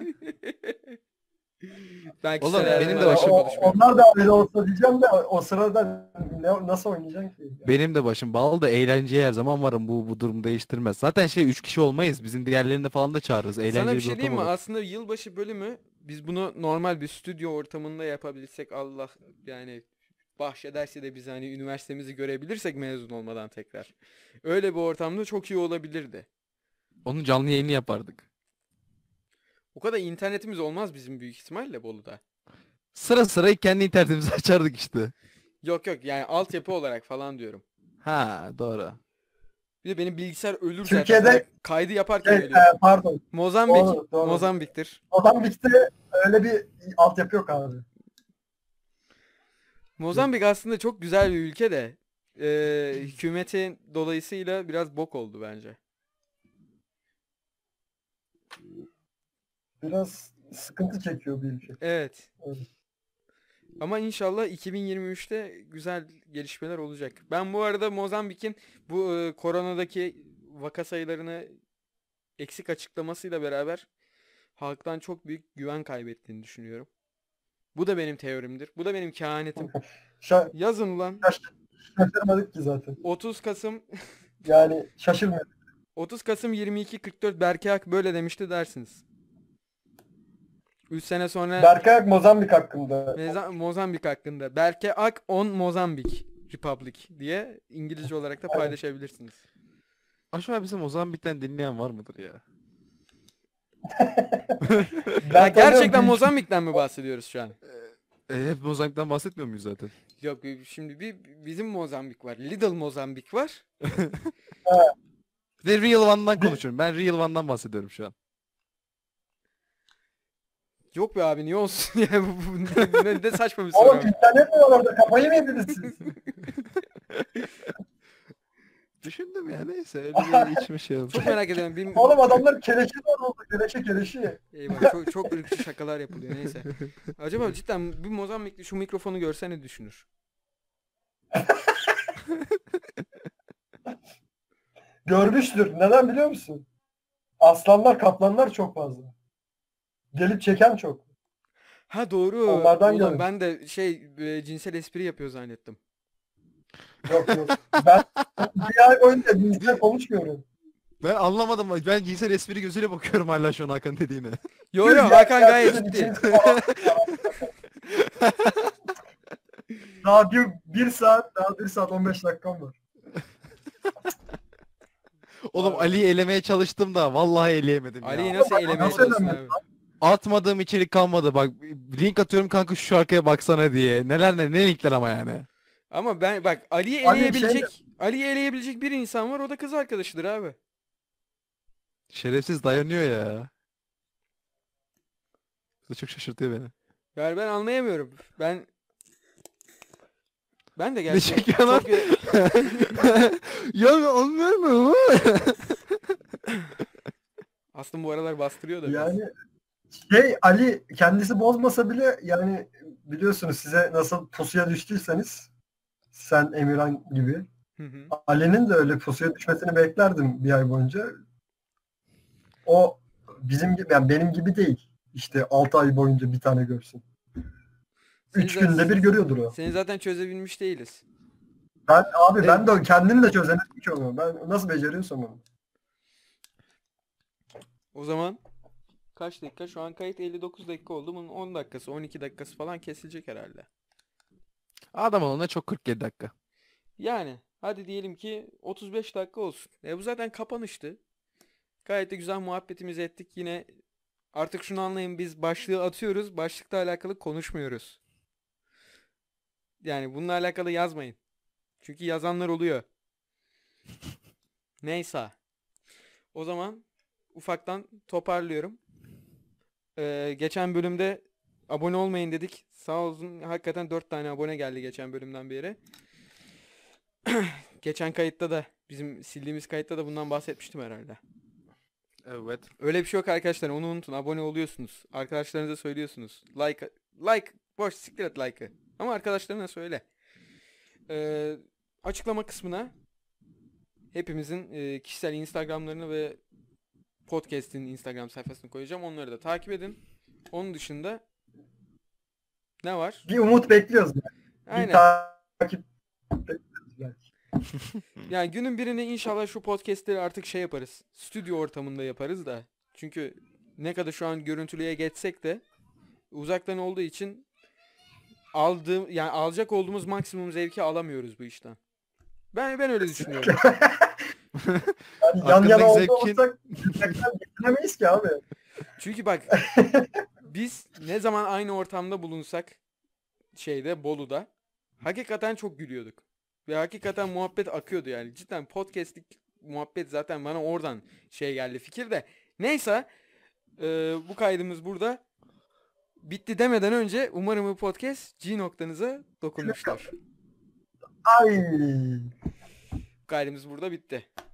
Belki Oğlum, senaryo benim de olarak başım- O- konuşmuyor. onlar da öyle olsa diyeceğim de o sırada ne, nasıl oynayacaksın ki? Benim de başım bağlı da eğlenceye her zaman varım. Bu bu durum değiştirmez. Zaten şey üç kişi olmayız. Bizim diğerlerini de falan da çağırırız. Eğlenceli Sana bir bir şey ortam diyeyim mi? olur. Aslında yılbaşı bölümü biz bunu normal bir stüdyo ortamında yapabilsek Allah yani bahşederse de biz hani üniversitemizi görebilirsek mezun olmadan tekrar. Öyle bir ortamda çok iyi olabilirdi. Onun canlı yayını yapardık. O kadar internetimiz olmaz bizim büyük ihtimalle Bolu'da. Sıra sıra kendi internetimizi açardık işte. Yok yok yani altyapı olarak falan diyorum. Ha doğru. Bir de benim bilgisayar ölür Türkiye'de- zaten. Sana kaydı yaparken Şey, ölüyor. e, pardon. Mozambik. Doğru, doğru. Mozambik'tir. Mozambik'te öyle bir altyapı yok abi. Mozambik aslında çok güzel bir ülke de eee hükümetin dolayısıyla biraz bok oldu bence. Biraz sıkıntı çekiyor bir ülke. Evet. Öyle. Ama inşallah iki bin yirmi üçte güzel gelişmeler olacak. Ben bu arada Mozambik'in bu e, koronadaki vaka sayılarını eksik açıklamasıyla beraber halktan çok büyük güven kaybettiğini düşünüyorum. Bu da benim teorimdir. Bu da benim kehanetim. Şa- Yazın ulan. şaşırmadık ki zaten. otuz Kasım Yani şaşırmıyoruz. otuz Kasım yirmi iki kırk dört Berke Ak böyle demişti dersiniz. üç sene sonra Berkay Ak Mozambik hakkında. Meza- Mozambik hakkında. Berke Ak on Mozambik Republic diye İngilizce olarak da Aynen. paylaşabilirsiniz. Acaba bizim Mozambik'ten dinleyen var mıdır ya? Ben Ya gerçekten tanıyorum, bir- Mozambik'ten mi bahsediyoruz şu an? E, hep Mozambik'ten bahsetmiyor muyuz zaten? Yok şimdi bir bizim Mozambik var. Little Mozambik var. Bir de Real One'dan konuşuyorum. Ben Real One'dan bahsediyorum şu an. Yok be abi niye olsun ya bu, bu ne, ne saçma bir soru. Oğlum abi. internet mi var orada? Kafayı mı yediniz siz? Düşündüm ya, neyse öyle bir içime şey oldu. Çok merak ediyorum. Bir... Oğlum adamlar keleşi var orada. Keleşe keleşi. Eyvah, çok, çok ırkçı şakalar yapılıyor neyse. Acaba cidden bir Mozambikli şu mikrofonu görse ne düşünür? Görmüştür. Neden biliyor musun? Aslanlar, kaplanlar çok fazla. Gelip çeken çok. Ha doğru. Onlardan Ulan görmüş. ben de şey e, cinsel espri yapıyor zannettim. Yok yok. Ben bir ay boyunca bizle konuşmuyorum. Ben anlamadım. Ben cinsel espri gözüyle bakıyorum hala şu an Hakan dediğine. Yo yo Hakan gayet Sizin ciddi. için- Daha bir, bir saat, daha bir saat on beş dakikam var. Oğlum Ali'yi elemeye çalıştım da vallahi eleyemedim ya. Ali'yi nasıl elemeye Nasıl çalışsın elemedin abi? Atmadığım içerik kalmadı bak. Link atıyorum kanka şu şarkıya baksana diye. Neler ne, ne linkler ama yani. Ama ben bak Ali'yi Ali eleyebilecek Ali'yi eleyebilecek bir insan var o da kız arkadaşıdır abi. Şerefsiz dayanıyor ya. Bu da çok şaşırtıyor beni. Yani ben anlayamıyorum. Ben ben de Ne gerçekten çekiyor lan? çok Ya anlamıyorum. aslında bu aralar bastırıyor da biraz. Yani şey Ali kendisi bozmasa bile yani biliyorsunuz size nasıl pusuya düştüyseniz sen Emirhan gibi Hı hı. Ali'nin de öyle pusuya düşmesini beklerdim bir ay boyunca. O bizim gibi yani benim gibi değil. İşte altı ay boyunca bir tane görsün. Seni üç zaten- günde bir görüyordur o. Seni zaten çözebilmiş değiliz. Ben abi ben de kendim de çözemedim ki onu. Ben nasıl beceriyorsam onu. O zaman kaç dakika? Şu an kayıt elli dokuz dakika oldu. Bunun on dakikası, on iki dakikası falan kesilecek herhalde. Adam olana çok kırk yedi dakika. Yani hadi diyelim ki otuz beş dakika olsun. E bu zaten kapanıştı. Gayet de güzel muhabbetimizi ettik. Yine artık şunu anlayın biz başlığı atıyoruz. Başlıkla alakalı konuşmuyoruz. Yani bununla alakalı yazmayın. Çünkü yazanlar oluyor. Neyse. O zaman ufaktan toparlıyorum. Ee, geçen bölümde abone olmayın dedik. Sağ olsun hakikaten dört tane abone geldi geçen bölümden beri. Geçen kayıtta da bizim sildiğimiz kayıtta da bundan bahsetmiştim herhalde. Evet. Öyle bir şey yok arkadaşlar onu unutun. Abone oluyorsunuz. Arkadaşlarınıza söylüyorsunuz. Like like boş siktir et like'ı. Ama arkadaşlarına söyle. Ee, açıklama kısmına hepimizin e, kişisel Instagram'larını ve podcast'in Instagram sayfasını koyacağım. Onları da takip edin. Onun dışında ne var? Bir umut bekliyoruz. Yani. Bir Aynen. takip bekliyoruz belki. Yani günün birine inşallah şu podcast'leri artık şey yaparız. Stüdyo ortamında yaparız da. Çünkü ne kadar şu an görüntülüye geçsek de uzaktan olduğu için aldığım yani alacak olduğumuz maksimum zevki alamıyoruz bu işten. Ben ben öyle düşünüyorum. Yani yan Hakkındaki yana oldu zevkin- olsak gitmekten getiremeyiz ki abi. Çünkü bak biz ne zaman aynı ortamda bulunsak şeyde Bolu'da hakikaten çok gülüyorduk. Ve hakikaten muhabbet akıyordu yani. Cidden podcast'lik muhabbet zaten bana oradan şey geldi fikir de. Neyse e, bu kaydımız burada. Bitti demeden önce umarım bu podcast G noktanıza dokunmuştur. Ay. Kaydımız burada bitti.